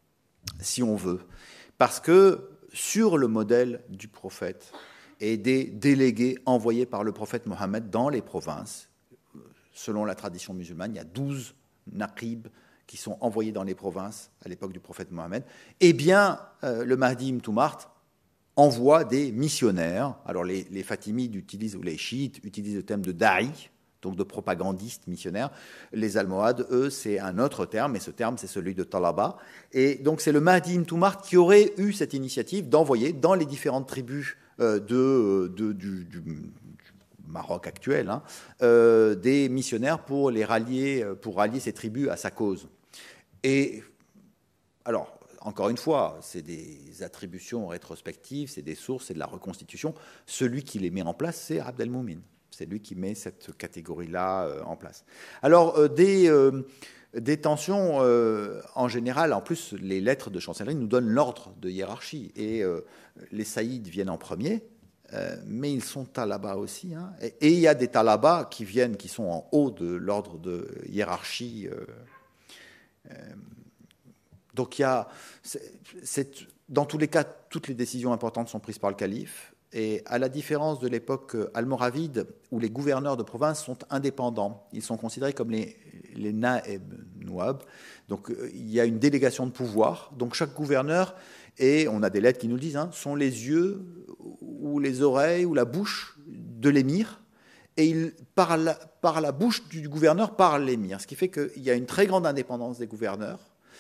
si on veut, parce que sur le modèle du prophète, et des délégués envoyés par le prophète Mohammed dans les provinces. Selon la tradition musulmane, il y a douze naqib qui sont envoyés dans les provinces à l'époque du prophète Mohammed. Eh bien, euh, le Mahdi ibn Toumart envoie des missionnaires. Alors, les, les Fatimides utilisent, ou les chiites utilisent le terme de da'i, donc de propagandistes missionnaires. Les Almohades, eux, c'est un autre terme, et ce terme, c'est celui de talaba. Et donc, c'est le Mahdi ibn Toumart qui aurait eu cette initiative d'envoyer dans les différentes tribus De, de, du, du, du Maroc actuel, hein, euh, des missionnaires pour les rallier, pour rallier ces tribus à sa cause. Et alors, encore une fois, c'est des attributions rétrospectives, c'est des sources, c'est de la reconstitution. Celui qui les met en place, c'est Abd el-Moumin. C'est lui qui met cette catégorie-là euh, en place. Alors, euh, des, euh, des tensions, euh, en général, en plus, les lettres de chancellerie nous donnent l'ordre de hiérarchie. Et euh, les saïds viennent en premier, euh, mais ils sont talabas aussi. Hein. Et, et il y a des talabas qui viennent, qui sont en haut de l'ordre de hiérarchie. Euh, euh, donc, il y a, c'est, c'est, dans tous les cas, toutes les décisions importantes sont prises par le calife. Et à la différence de l'époque almoravide, où les gouverneurs de province sont indépendants, ils sont considérés comme les, les naeb, nouab. Donc il y a une délégation de pouvoir. Donc chaque gouverneur, et on a des lettres qui nous le disent, hein, sont les yeux ou les oreilles ou la bouche de l'émir. Et il, par, la, par la bouche du gouverneur parle l'émir. Ce qui fait qu'il y a une très grande indépendance des gouverneurs.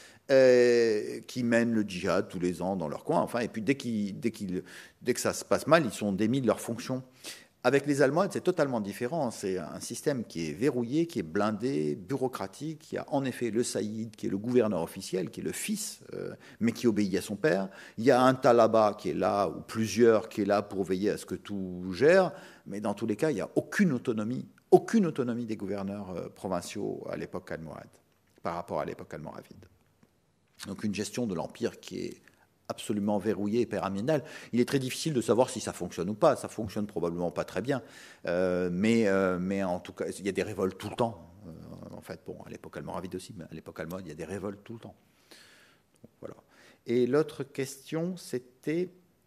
Euh, qui mènent le djihad tous les ans dans leur coin, enfin, et puis dès, qu'ils, dès, qu'ils, dès que ça se passe mal, ils sont démis de leurs fonctions. Avec les Almohades, c'est totalement différent. C'est un système qui est verrouillé, qui est blindé, bureaucratique. Il y a en effet le saïd, qui est le gouverneur officiel, qui est le fils, euh, mais qui obéit à son père. Il y a un talaba qui est là, ou plusieurs, qui est là pour veiller à ce que tout gère. Mais dans tous les cas, il n'y a aucune autonomie, aucune autonomie des gouverneurs euh, provinciaux à l'époque almohade, par rapport à l'époque almoravide. Donc une gestion de l'Empire qui est absolument verrouillée et pyramidale. Il est très difficile de savoir si ça fonctionne ou pas. Ça fonctionne probablement pas très bien. Euh, mais, euh, mais en tout cas, il y a des révoltes tout le temps. Euh, en fait, bon, à l'époque almoravide aussi, mais à l'époque almohade, il y a des révoltes tout le temps. Donc, voilà. Et l'autre question, c'était...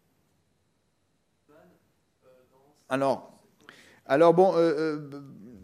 Alors, alors bon... Euh, euh,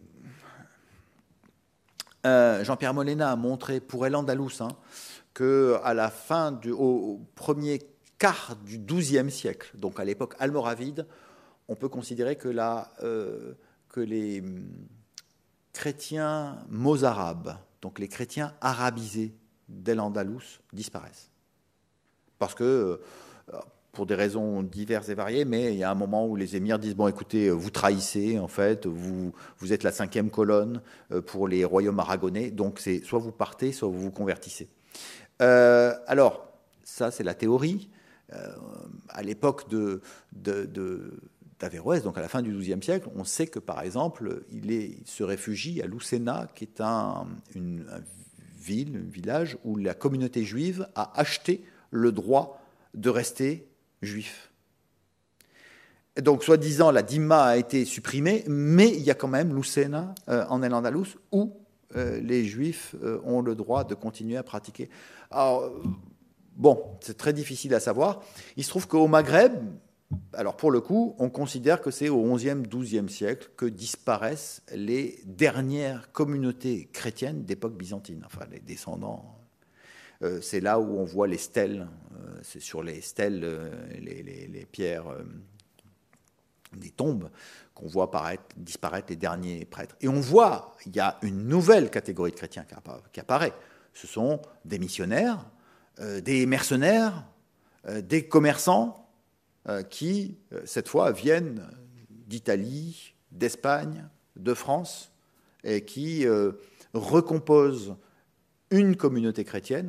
euh, Jean-Pierre Molena a montré pour El Andalus, hein, qu'à la fin du au, au premier quart du douzième siècle, donc à l'époque almoravide, on peut considérer que, la, euh, que les chrétiens mozarabes, donc les chrétiens arabisés d'El-Andalus, disparaissent. Parce que, euh, pour des raisons diverses et variées, mais il y a un moment où les émirs disent « Bon, écoutez, vous trahissez, en fait, vous, vous êtes la cinquième colonne pour les royaumes aragonais, donc c'est soit vous partez, soit vous vous convertissez. » Euh, alors, ça, c'est la théorie. Euh, à l'époque de, de, de, d'Averroès, donc à la fin du douzième siècle, on sait que, par exemple, il, est, il se réfugie à Lucena, qui est un, une, une ville, un village, où la communauté juive a acheté le droit de rester juif. Et donc, soi-disant, la Dima a été supprimée, mais il y a quand même Lucena, euh, en El-Andalus, où Euh, les Juifs euh, ont le droit de continuer à pratiquer. Alors, bon, c'est très difficile à savoir. Il se trouve qu'au Maghreb, alors pour le coup, on considère que c'est au onzième, douzième siècle que disparaissent les dernières communautés chrétiennes d'époque byzantine, enfin les descendants. Euh, c'est là où on voit les stèles, euh, c'est sur les stèles, euh, les, les, les pierres, euh, des tombes, qu'on voit apparaître, disparaître les derniers prêtres. Et on voit, il y a une nouvelle catégorie de chrétiens qui apparaît. Ce sont des missionnaires, euh, des mercenaires, euh, des commerçants euh, qui, euh, cette fois, viennent d'Italie, d'Espagne, de France, et qui euh, recomposent une communauté chrétienne,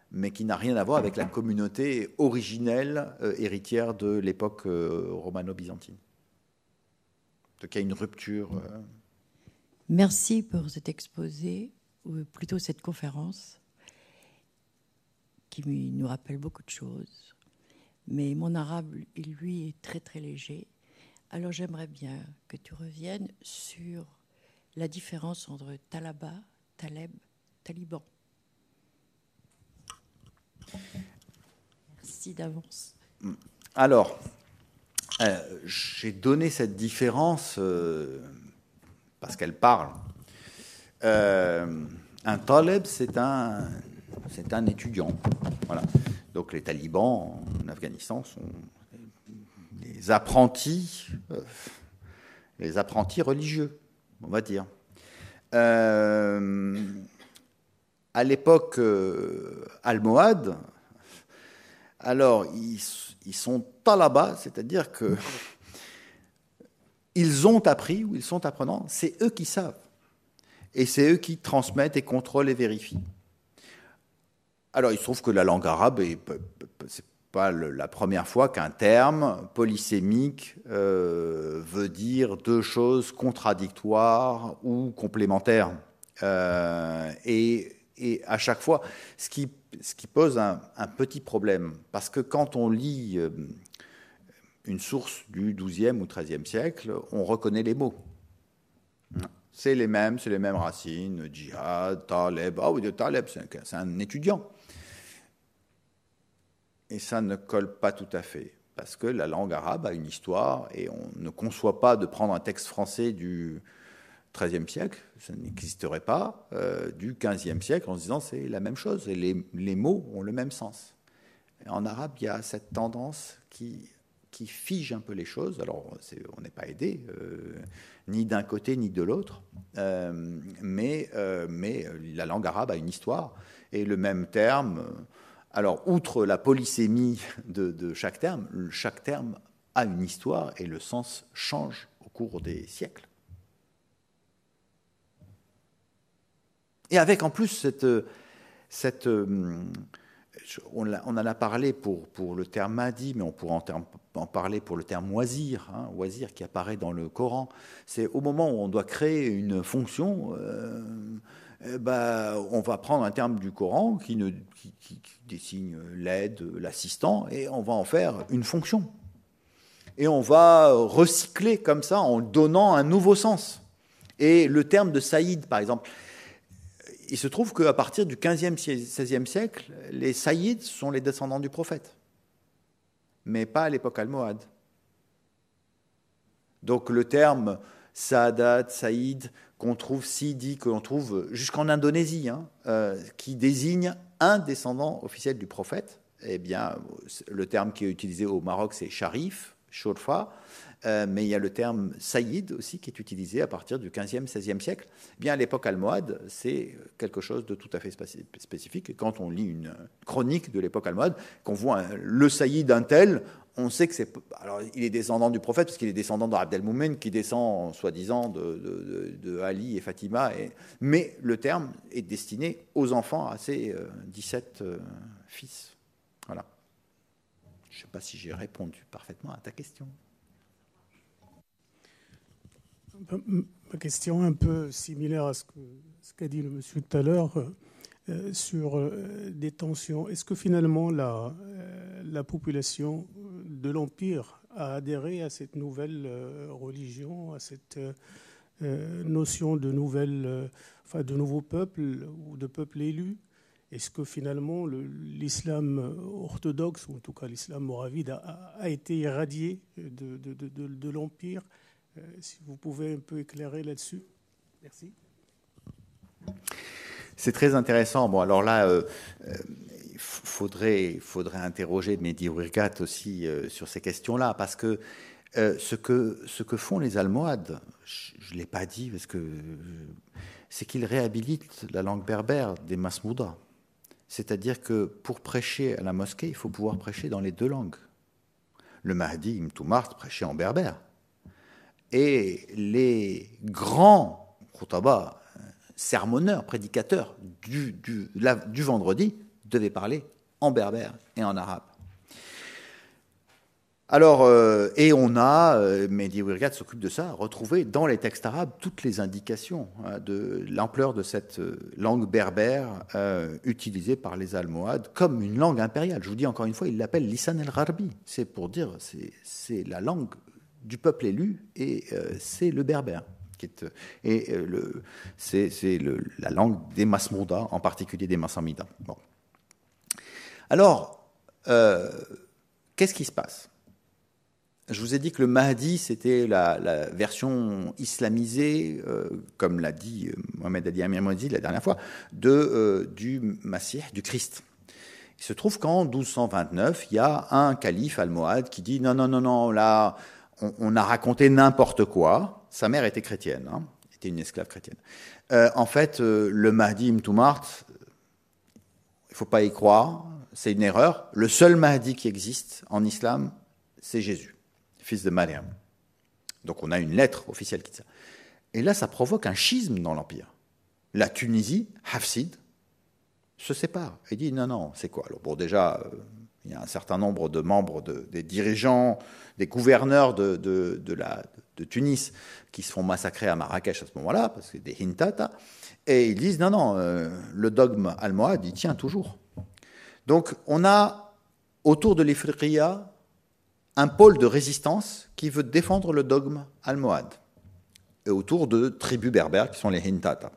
mais qui n'a rien à voir avec la communauté originelle, euh, héritière de l'époque euh, romano-byzantine. Donc il y a une rupture. Euh... Merci pour cet exposé, ou plutôt cette conférence, qui nous rappelle beaucoup de choses. Mais mon arabe, lui, est très très léger. Alors j'aimerais bien que tu reviennes sur la différence entre Talaba, Taleb, Taliban. Merci d'avance. Alors, euh, j'ai donné cette différence euh, parce qu'elle parle. Euh, un taleb, c'est un, c'est un étudiant. Voilà. Donc les talibans en Afghanistan sont les apprentis, euh, les apprentis religieux, on va dire. Euh, à l'époque euh, almohade, alors ils, ils sont talabas, c'est-à-dire que ils ont appris ou ils sont apprenants, c'est eux qui savent. Et c'est eux qui transmettent et contrôlent et vérifient. Alors, il se trouve que la langue arabe, c'est pas la première fois qu'un terme polysémique euh, veut dire deux choses contradictoires ou complémentaires. Euh, et, et à chaque fois, ce qui, ce qui pose un, un petit problème, parce que quand on lit euh, une source du douzième ou treizième siècle, on reconnaît les mots. C'est les mêmes, c'est les mêmes racines, djihad, taleb, ah oui, taleb, c'est un étudiant. Et ça ne colle pas tout à fait, parce que la langue arabe a une histoire, et on ne conçoit pas de prendre un texte français du treizième siècle, ça n'existerait pas, euh, du quinzième siècle, en se disant c'est la même chose, et les, les mots ont le même sens. Et en arabe, il y a cette tendance qui, qui fige un peu les choses, alors on n'est pas aidé, euh, ni d'un côté ni de l'autre, euh, mais, euh, mais la langue arabe a une histoire, et le même terme... Alors, outre la polysémie de, de chaque terme, chaque terme a une histoire et le sens change au cours des siècles. Et avec en plus cette... cette on, a, on en a parlé pour, pour le terme Mahdi, mais on pourrait en, terme, en parler pour le terme wazir, hein, wazir qui apparaît dans le Coran. C'est au moment où on doit créer une fonction... Euh, Eh ben, on va prendre un terme du Coran qui, ne, qui, qui, qui désigne l'aide, l'assistant, et on va en faire une fonction. Et on va recycler comme ça en donnant un nouveau sens. Et le terme de Saïd, par exemple, il se trouve qu'à partir du quinzième, seizième siècle, les Saïds sont les descendants du prophète, mais pas à l'époque almohade. Donc le terme Saadat, Saïd, qu'on trouve Sidi, que l'on trouve jusqu'en Indonésie, hein, euh, qui désigne un descendant officiel du prophète. Eh bien, le terme qui est utilisé au Maroc, c'est Sharif, Shorfa, euh, mais il y a le terme Saïd aussi qui est utilisé à partir du quinzième, seizième siècle. Eh bien, à l'époque almohade, c'est quelque chose de tout à fait spécifique. Et quand on lit une chronique de l'époque almohade, qu'on voit un, le Saïd d'un tel, on sait que c'est... Alors, il est descendant du prophète, parce qu'il est descendant d'Abd el-Moumen, qui descend, soi-disant, de, de, de Ali et Fatima. Et... Mais le terme est destiné aux enfants, à ces euh, dix-sept euh, fils. Voilà. Je ne sais pas si j'ai répondu parfaitement à ta question. Ma question est un peu similaire à ce que ce qu'a dit le monsieur tout à l'heure euh, sur euh, des tensions. Est-ce que finalement la, euh, la population de l'Empire a adhéré à cette nouvelle euh, religion, à cette euh, notion de, nouvelle, euh, enfin, de nouveau peuple ou de peuple élu? Est-ce que finalement le, l'islam orthodoxe, ou en tout cas l'islam moravide, a, a été irradié de, de, de, de, de l'Empire? euh, Si vous pouvez un peu éclairer là-dessus. Merci. C'est très intéressant. Bon, alors là, euh, euh, il faudrait, faudrait interroger Mehdi Ouirgat aussi euh, sur ces questions-là, parce que, euh, ce que ce que font les Almohades, je ne l'ai pas dit, parce que euh, c'est qu'ils réhabilitent la langue berbère des Masmouda. C'est-à-dire que pour prêcher à la mosquée, il faut pouvoir prêcher dans les deux langues. Le Mahdi Ibn Toumart prêchait en berbère. Et les grands khutaba, sermonneurs, prédicateurs du, du, la, du vendredi devaient parler en berbère et en arabe. Alors, euh, et on a, euh, Mehdi Ouirgad s'occupe de ça, retrouvé dans les textes arabes toutes les indications hein, de l'ampleur de cette euh, langue berbère euh, utilisée par les Almohades comme une langue impériale. Je vous dis encore une fois, ils l'appellent Lisan el-Gharbi. C'est pour dire, c'est, c'est la langue du peuple élu et euh, c'est le berbère. Qui est, et euh, le, c'est, c'est le, la langue des Masmouda, en particulier des Massamida. Bon. Alors, euh, qu'est-ce qui se passe ? Je vous ai dit que le Mahdi, c'était la, la version islamisée, euh, comme l'a dit Mohamed Ali Amir Modi la dernière fois, de, euh, du Masih, du Christ. Il se trouve qu'en douze cent vingt-neuf, il y a un calife almohade qui dit « Non, non, non, non, là, on, on a raconté n'importe quoi. » Sa mère était chrétienne, hein, était une esclave chrétienne. Euh, en fait, euh, le Mahdi Mtoumart, il ne faut pas y croire, c'est une erreur. Le seul Mahdi qui existe en islam, c'est Jésus, fils de Mariam. Donc on a une lettre officielle qui dit ça. Et là, ça provoque un schisme dans l'Empire. La Tunisie, Hafsid, se sépare et dit non, non, c'est quoi ? Alors bon, déjà, euh, il y a un certain nombre de membres, de, des dirigeants, des gouverneurs de, de, de, la, de Tunis qui se font massacrer à Marrakech à ce moment-là, parce que des hintata, et ils disent non, non, euh, le dogme almohade, il tient toujours. Donc on a, autour de l'Ifriqiya, un pôle de résistance qui veut défendre le dogme almohade, et autour de tribus berbères qui sont les Hintata.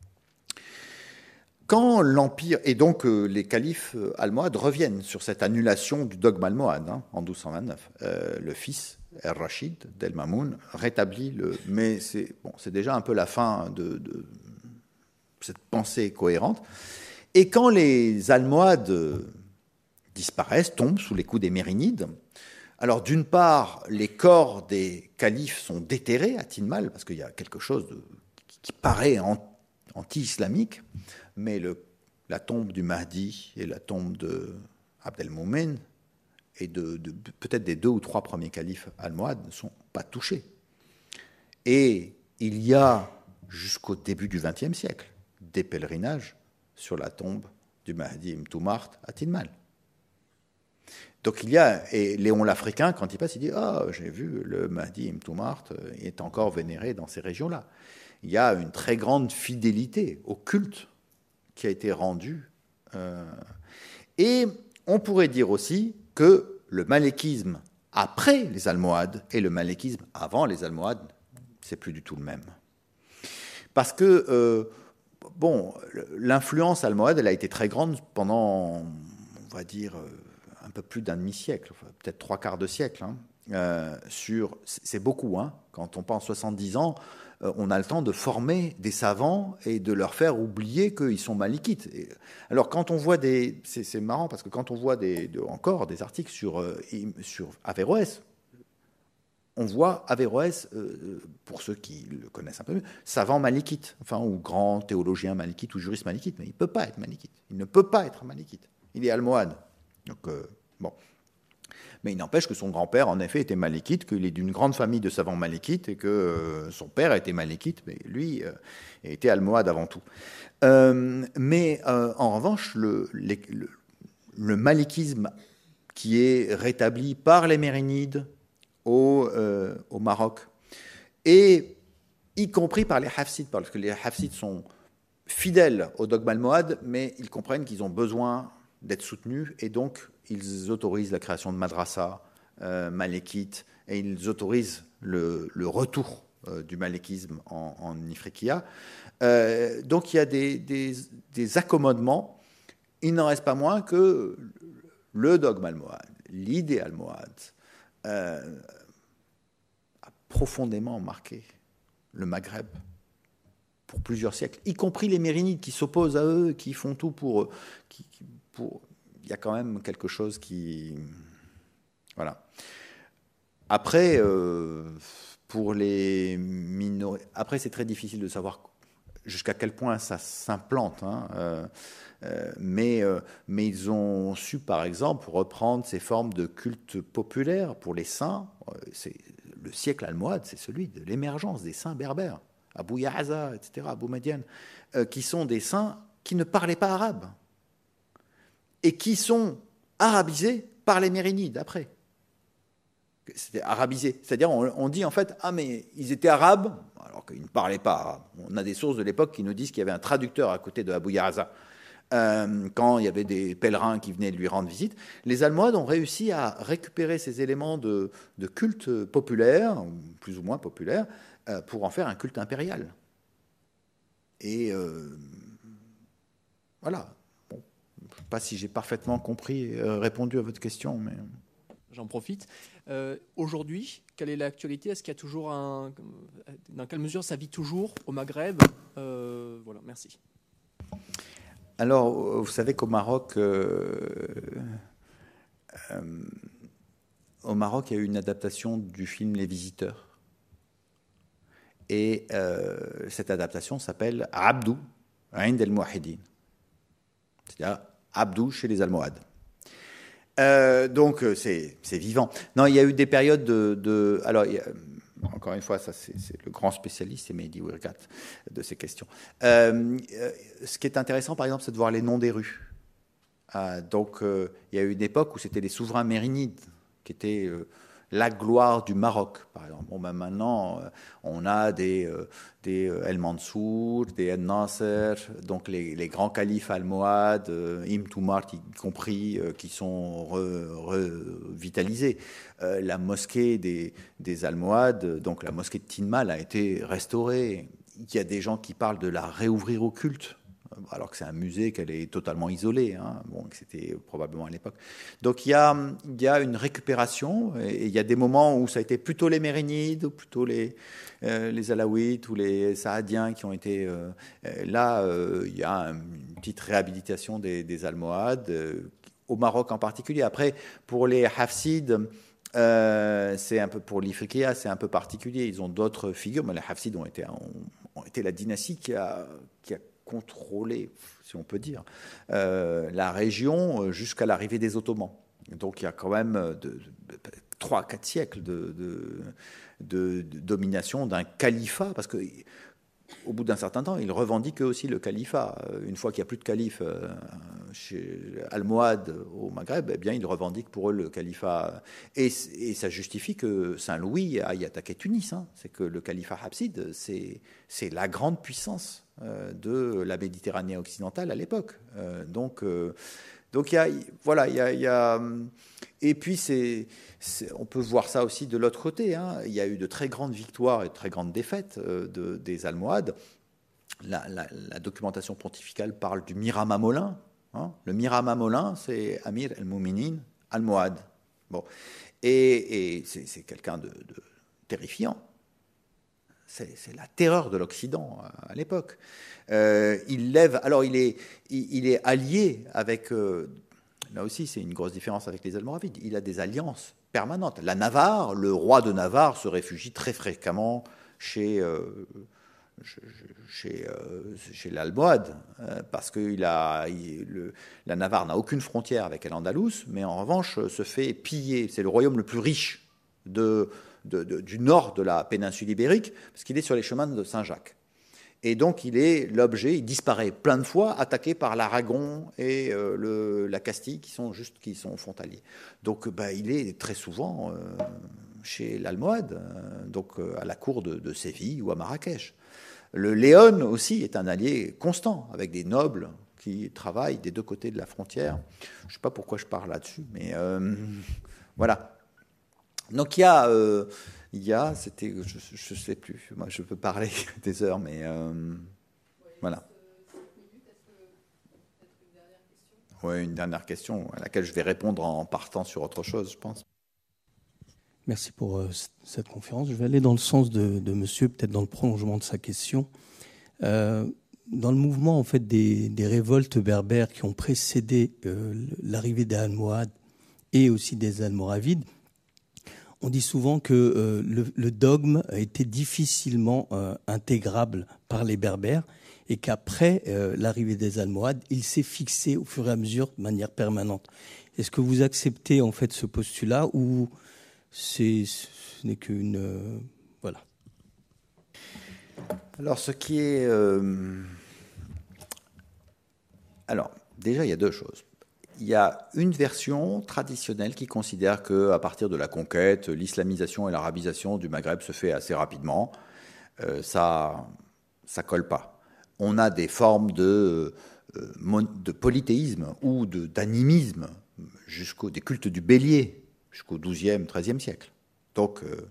Quand l'Empire, et donc euh, les califes euh, almohades reviennent sur cette annulation du dogme almohade hein, en douze cent vingt-neuf, euh, le fils El-Rachid d'El Mamoun rétablit le. Mais c'est, bon, c'est déjà un peu la fin de, de cette pensée cohérente. Et quand les Almohades disparaissent, tombent sous les coups des Mérinides, alors d'une part, les corps des califes sont déterrés à Tinmal, parce qu'il y a quelque chose de, qui paraît anti-islamique, mais le, la tombe du Mahdi et la tombe de Abdelmoumen et de, de, peut-être des deux ou trois premiers califes almohades ne sont pas touchés. Et il y a, jusqu'au début du vingtième siècle, des pèlerinages sur la tombe du Mahdi Mtoumart à Tinmal. Donc il y a, et Léon l'Africain, quand il passe, il dit « Ah, oh, j'ai vu le Mahdi Mtoumart, il est encore vénéré dans ces régions-là. » Il y a une très grande fidélité au culte qui a été rendu. Euh, et on pourrait dire aussi que le malékisme après les Almohades et le malékisme avant les Almohades, c'est plus du tout le même. Parce que, euh, bon, l'influence almohade, elle a été très grande pendant, on va dire, un peu plus d'un demi-siècle, enfin, peut-être trois quarts de siècle. Hein, euh, sur, c'est beaucoup, hein, quand on pense soixante-dix ans, on a le temps de former des savants et de leur faire oublier qu'ils sont malikites. Et alors, quand on voit des... C'est, c'est marrant, parce que quand on voit des, de, encore des articles sur, euh, sur Averroès, on voit Averroès, euh, pour ceux qui le connaissent un peu mieux, savant malikite, enfin, ou grand théologien malikite ou juriste malikite, mais il ne peut pas être malikite. Il ne peut pas être malikite. Il est almohade. Donc, euh, bon... Mais il n'empêche que son grand-père, en effet, était malékite, qu'il est d'une grande famille de savants malékites et que euh, son père était malékite, mais lui euh, était almohade avant tout. Euh, mais euh, en revanche, le, les, le, le malékisme qui est rétabli par les Mérinides au, euh, au Maroc, et y compris par les Hafsides, parce que les Hafsides sont fidèles au dogme almohade, mais ils comprennent qu'ils ont besoin d'être soutenus, et donc ils autorisent la création de madrasa euh, malékite, et ils autorisent le, le retour euh, du malékisme en, en Ifriqiya. Euh, donc il y a des, des, des accommodements. Il n'en reste pas moins que le dogme almohade, l'idée almohade, euh, a profondément marqué le Maghreb pour plusieurs siècles, y compris les Mérinides qui s'opposent à eux, qui font tout pour... Qui, pour il y a quand même quelque chose qui... Voilà. Après, euh, pour les minorités... Après, c'est très difficile de savoir jusqu'à quel point ça s'implante. Hein, euh, euh, mais, euh, mais ils ont su, par exemple, reprendre ces formes de culte populaire pour les saints. C'est, le siècle almohade, c'est celui de l'émergence des saints berbères. Abou Ya'za, et cetera, Abou Madian, euh, qui sont des saints qui ne parlaient pas arabe. et qui sont arabisés par les Mérinides après. C'était arabisé. C'est-à-dire, on, on dit en fait, ah mais ils étaient arabes, alors qu'ils ne parlaient pas arabe. On a des sources de l'époque qui nous disent qu'il y avait un traducteur à côté de Abou Yaraza. Euh, quand il y avait des pèlerins qui venaient lui rendre visite, les Almohades ont réussi à récupérer ces éléments de, de culte populaire, plus ou moins populaire, euh, pour en faire un culte impérial. Et euh, voilà. Bon, je ne sais pas si j'ai parfaitement compris et euh, répondu à votre question, mais... J'en profite. Euh, aujourd'hui, quelle est l'actualité? Est-ce qu'il y a toujours un... Dans quelle mesure ça vit toujours au Maghreb? euh, Voilà, merci. Alors, vous savez qu'au Maroc, euh, euh, au Maroc, il y a eu une adaptation du film Les Visiteurs. Et euh, cette adaptation s'appelle Abdou, Ind el-Mouahidine. C'est-à-dire Abdou chez les Almohades. Euh, donc, c'est, c'est vivant. Non, il y a eu des périodes de... de alors, il y a, encore une fois, ça c'est, c'est le grand spécialiste, c'est Mehdi Ouirgat, de ces questions. Euh, ce qui est intéressant, par exemple, c'est de voir les noms des rues. Euh, donc, euh, il y a eu une époque où c'était les souverains mérinides qui étaient euh, la gloire du Maroc, par exemple. Bon, ben maintenant, euh, on a des, euh, des euh, El Mansour, des El Nasser, donc les, les grands califes almohades, euh, Ibn Toumar y compris, euh, qui sont revitalisés. Re euh, la mosquée des, des Almohades, donc la mosquée de Tinmal, a été restaurée. Il y a des gens qui parlent de la réouvrir au culte, alors que c'est un musée, qu'elle est totalement isolée, hein. Bon, c'était probablement à l'époque. Donc il y a, il y a une récupération, et il y a des moments où ça a été plutôt les Mérinides, ou plutôt les, euh, les Alaouites, ou les Saadiens qui ont été... Euh, là, euh, il y a une petite réhabilitation des, des Almohades, euh, au Maroc en particulier. Après, pour les Hafsides, euh, c'est un peu, pour l'Ifriqiya, c'est un peu particulier. Ils ont d'autres figures, mais les Hafsides ont été, ont, ont été la dynastie qui a... Qui a contrôler, si on peut dire, euh, la région jusqu'à l'arrivée des Ottomans. Donc il y a quand même de, de, trois à quatre siècles de, de, de, de domination d'un califat, parce que au bout d'un certain temps, ils revendiquent aussi le califat. Une fois qu'il n'y a plus de calife euh, chez Almohade au Maghreb, eh bien, ils revendiquent pour eux le califat. Et, et ça justifie que Saint-Louis aille attaquer Tunis. Hein. C'est que le califat Hafside, c'est, c'est la grande puissance euh, de la Méditerranée occidentale à l'époque. Euh, donc, euh, donc il y a, voilà, il y a, il y a et puis c'est, c'est, on peut voir ça aussi de l'autre côté. Hein. Il y a eu de très grandes victoires et de très grandes défaites euh, de, des Almohades. La, la, la documentation pontificale parle du Mirama Molin. Hein. Le Mirama Molin, c'est Amir el-Mouminin Almohade. Bon, et, et c'est, c'est quelqu'un de, de terrifiant. C'est, c'est la terreur de l'Occident à, à l'époque. Euh, il lève, alors il est, il, il est allié avec. Euh, Là aussi, c'est une grosse différence avec les Almoravides. Il a des alliances permanentes. La Navarre, le roi de Navarre se réfugie très fréquemment chez, euh, chez, euh, chez l'Almohade, euh, parce que il a, il, le, la Navarre n'a aucune frontière avec l'Andalous, mais en revanche se fait piller. C'est le royaume le plus riche de, de, de, du nord de la péninsule ibérique, parce qu'il est sur les chemins de Saint-Jacques. Et donc, il est l'objet, il disparaît plein de fois, attaqué par l'Aragon et euh, le, la Castille, qui sont juste qui sont frontaliers. Donc, bah, il est très souvent euh, chez l'Almohade, euh, donc euh, à la cour de, de Séville ou à Marrakech. Le Léon aussi est un allié constant, avec des nobles qui travaillent des deux côtés de la frontière. Je ne sais pas pourquoi je parle là-dessus, mais euh, voilà. Donc, il y a... Euh, Il y a, c'était, je ne sais plus, moi je peux parler des heures, mais euh, voilà. Oui, une dernière question à laquelle je vais répondre en partant sur autre chose, je pense. Merci pour euh, cette conférence. Je vais aller dans le sens de, de monsieur, peut-être dans le prolongement de sa question. Euh, dans le mouvement en fait des, des révoltes berbères qui ont précédé euh, l'arrivée des Almohades et aussi des Almoravides, on dit souvent que euh, le, le dogme a été difficilement euh, intégrable par les Berbères et qu'après euh, l'arrivée des Almohades, il s'est fixé au fur et à mesure de manière permanente. Est-ce que vous acceptez en fait ce postulat ou c'est, ce n'est qu'une... Euh, voilà. Alors, ce qui est... Euh... Alors, déjà, il y a deux choses. il y a une version traditionnelle qui considère qu'à partir de la conquête, l'islamisation et l'arabisation du Maghreb se fait assez rapidement. Euh, ça ça colle pas. On a des formes de, euh, de polythéisme ou de, d'animisme, jusqu'au des cultes du bélier, jusqu'au douzième, treizième siècle. Donc, euh,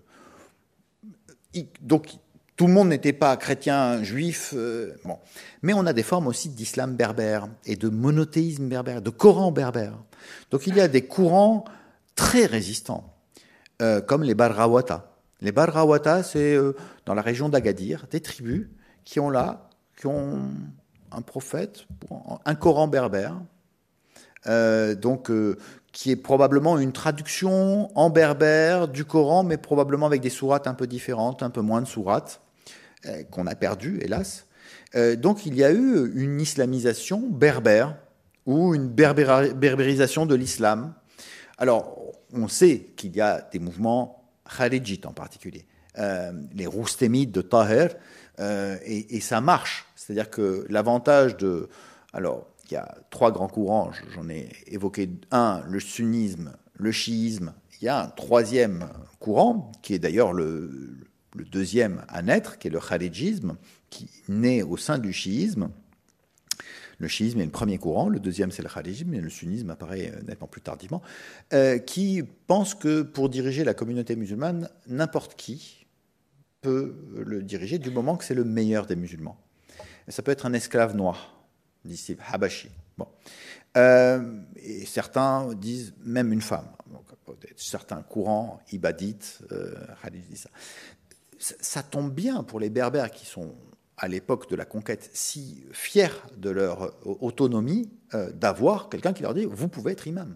il, donc tout le monde n'était pas chrétien, juif. Euh, bon. Mais on a des formes aussi d'islam berbère et de monothéisme berbère, de Coran berbère. Donc il y a des courants très résistants, euh, comme les Barrawata. Les Barrawata, c'est euh, dans la région d'Agadir, des tribus qui ont là, qui ont un prophète, un Coran berbère, euh, donc euh, qui est probablement une traduction en berbère du Coran, mais probablement avec des sourates un peu différentes, un peu moins de sourates, euh, qu'on a perdues, hélas. Euh, donc il y a eu une islamisation berbère, ou une berbéra- berbérisation de l'islam. Alors, on sait qu'il y a des mouvements kharijites en particulier, euh, les roustémites de Taher, euh, et, et ça marche. C'est-à-dire que l'avantage de... Alors, il y a trois grands courants, j'en ai évoqué un, le sunnisme, le chiisme. Il y a un troisième courant, qui est d'ailleurs le, le deuxième à naître, qui est le kharijisme, qui naît au sein du chiisme. Le chiisme est le premier courant, le deuxième c'est le kharijisme, et le sunnisme apparaît nettement plus tardivement, euh, qui pense que pour diriger la communauté musulmane, n'importe qui peut le diriger du moment que c'est le meilleur des musulmans. Et ça peut être un esclave noir, disciple habashi. Bon. Euh, et certains disent même une femme. Donc, certains courants ibadites, euh, disent ça. ça. Ça tombe bien pour les berbères qui sont à l'époque de la conquête, si fiers de leur autonomie, euh, d'avoir quelqu'un qui leur dit « vous pouvez être imam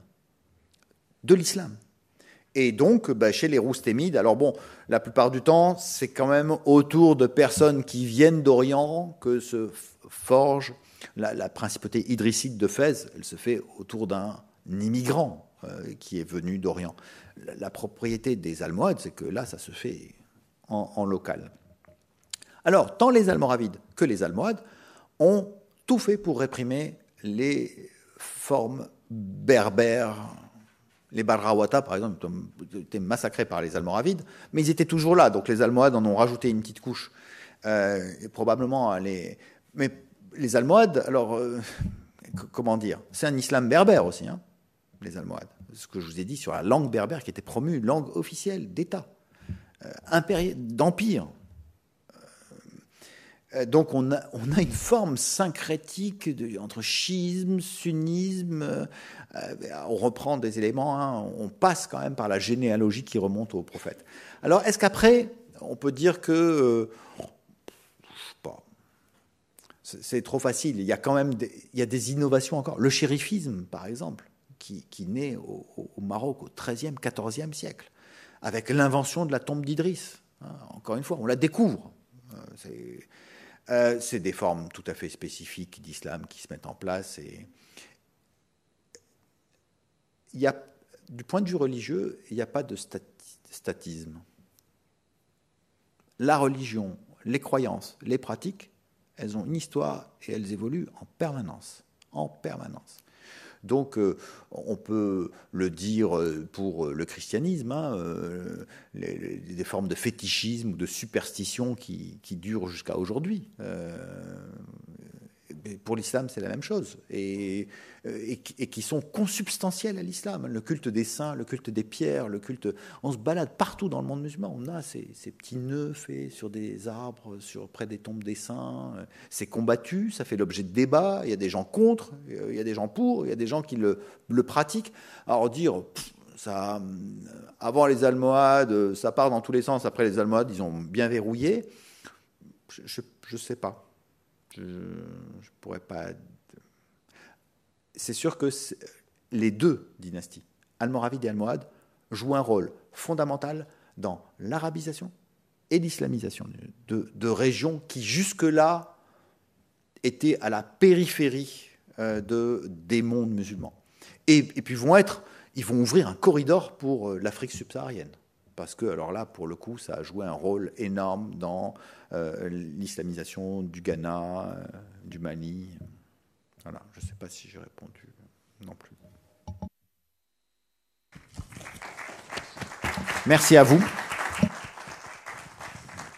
de l'islam ». Et donc, bah, chez les roustémides, alors bon, la plupart du temps, c'est quand même autour de personnes qui viennent d'Orient que se forge la, la principauté idrisside de Fès. Elle se fait autour d'un immigrant euh, qui est venu d'Orient. La, la propriété des Almohades, c'est que là, ça se fait en, en local. Alors, tant les Almoravides que les Almohades ont tout fait pour réprimer les formes berbères. Les Barrawata, par exemple, ont été massacrés par les Almoravides, mais ils étaient toujours là. Donc les Almohades en ont rajouté une petite couche. Euh, et probablement les... Mais les Almohades, alors, euh, comment dire, c'est un islam berbère aussi, hein, les Almohades. Ce que je vous ai dit sur la langue berbère qui était promue, langue officielle d'État, euh, impéri... d'empire. Donc on a, on a une forme syncrétique de, entre chiisme, sunnisme, euh, on reprend des éléments, hein, on passe quand même par la généalogie qui remonte au prophète. Alors est-ce qu'après, on peut dire que, euh, je sais pas, c'est, c'est trop facile, il y a quand même des, il y a des innovations encore. Le chérifisme, par exemple, qui, qui naît au, au Maroc au treizième, quatorzième siècle, avec l'invention de la tombe d'Idriss. Hein, encore une fois, on la découvre. Euh, c'est... Euh, c'est des formes tout à fait spécifiques d'islam qui se mettent en place. Et il y a, du point de vue religieux, il n'y a pas de statisme. La religion, les croyances, les pratiques, elles ont une histoire et elles évoluent en permanence. En permanence. Donc, euh, on peut le dire pour le christianisme, hein, euh, les, les, des formes de fétichisme ou de superstition qui, qui durent jusqu'à aujourd'hui. Euh, pour l'islam, c'est la même chose, et, et, et qui sont consubstantielles à l'islam. Le culte des saints, le culte des pierres, le culte... On se balade partout dans le monde musulman. On a ces, ces petits nœuds faits sur des arbres, sur, près des tombes des saints. C'est combattu, ça fait l'objet de débats. Il y a des gens contre, il y a des gens pour, il y a des gens qui le, le pratiquent. Alors dire... Pff, ça, avant les Almohades, ça part dans tous les sens. Après les Almohades, ils ont bien verrouillé. Je ne sais pas. Je ne pourrais pas... C'est sûr que c'est... les deux dynasties, Almoravide et Almohade, jouent un rôle fondamental dans l'arabisation et l'islamisation de, de régions qui jusque-là étaient à la périphérie euh, de, des mondes musulmans. Et, et puis vont être, ils vont ouvrir un corridor pour euh, l'Afrique subsaharienne. Parce que, alors là, pour le coup, ça a joué un rôle énorme dans euh, l'islamisation du Ghana, euh, du Mali. Voilà, je ne sais pas si j'ai répondu non plus. Merci à vous.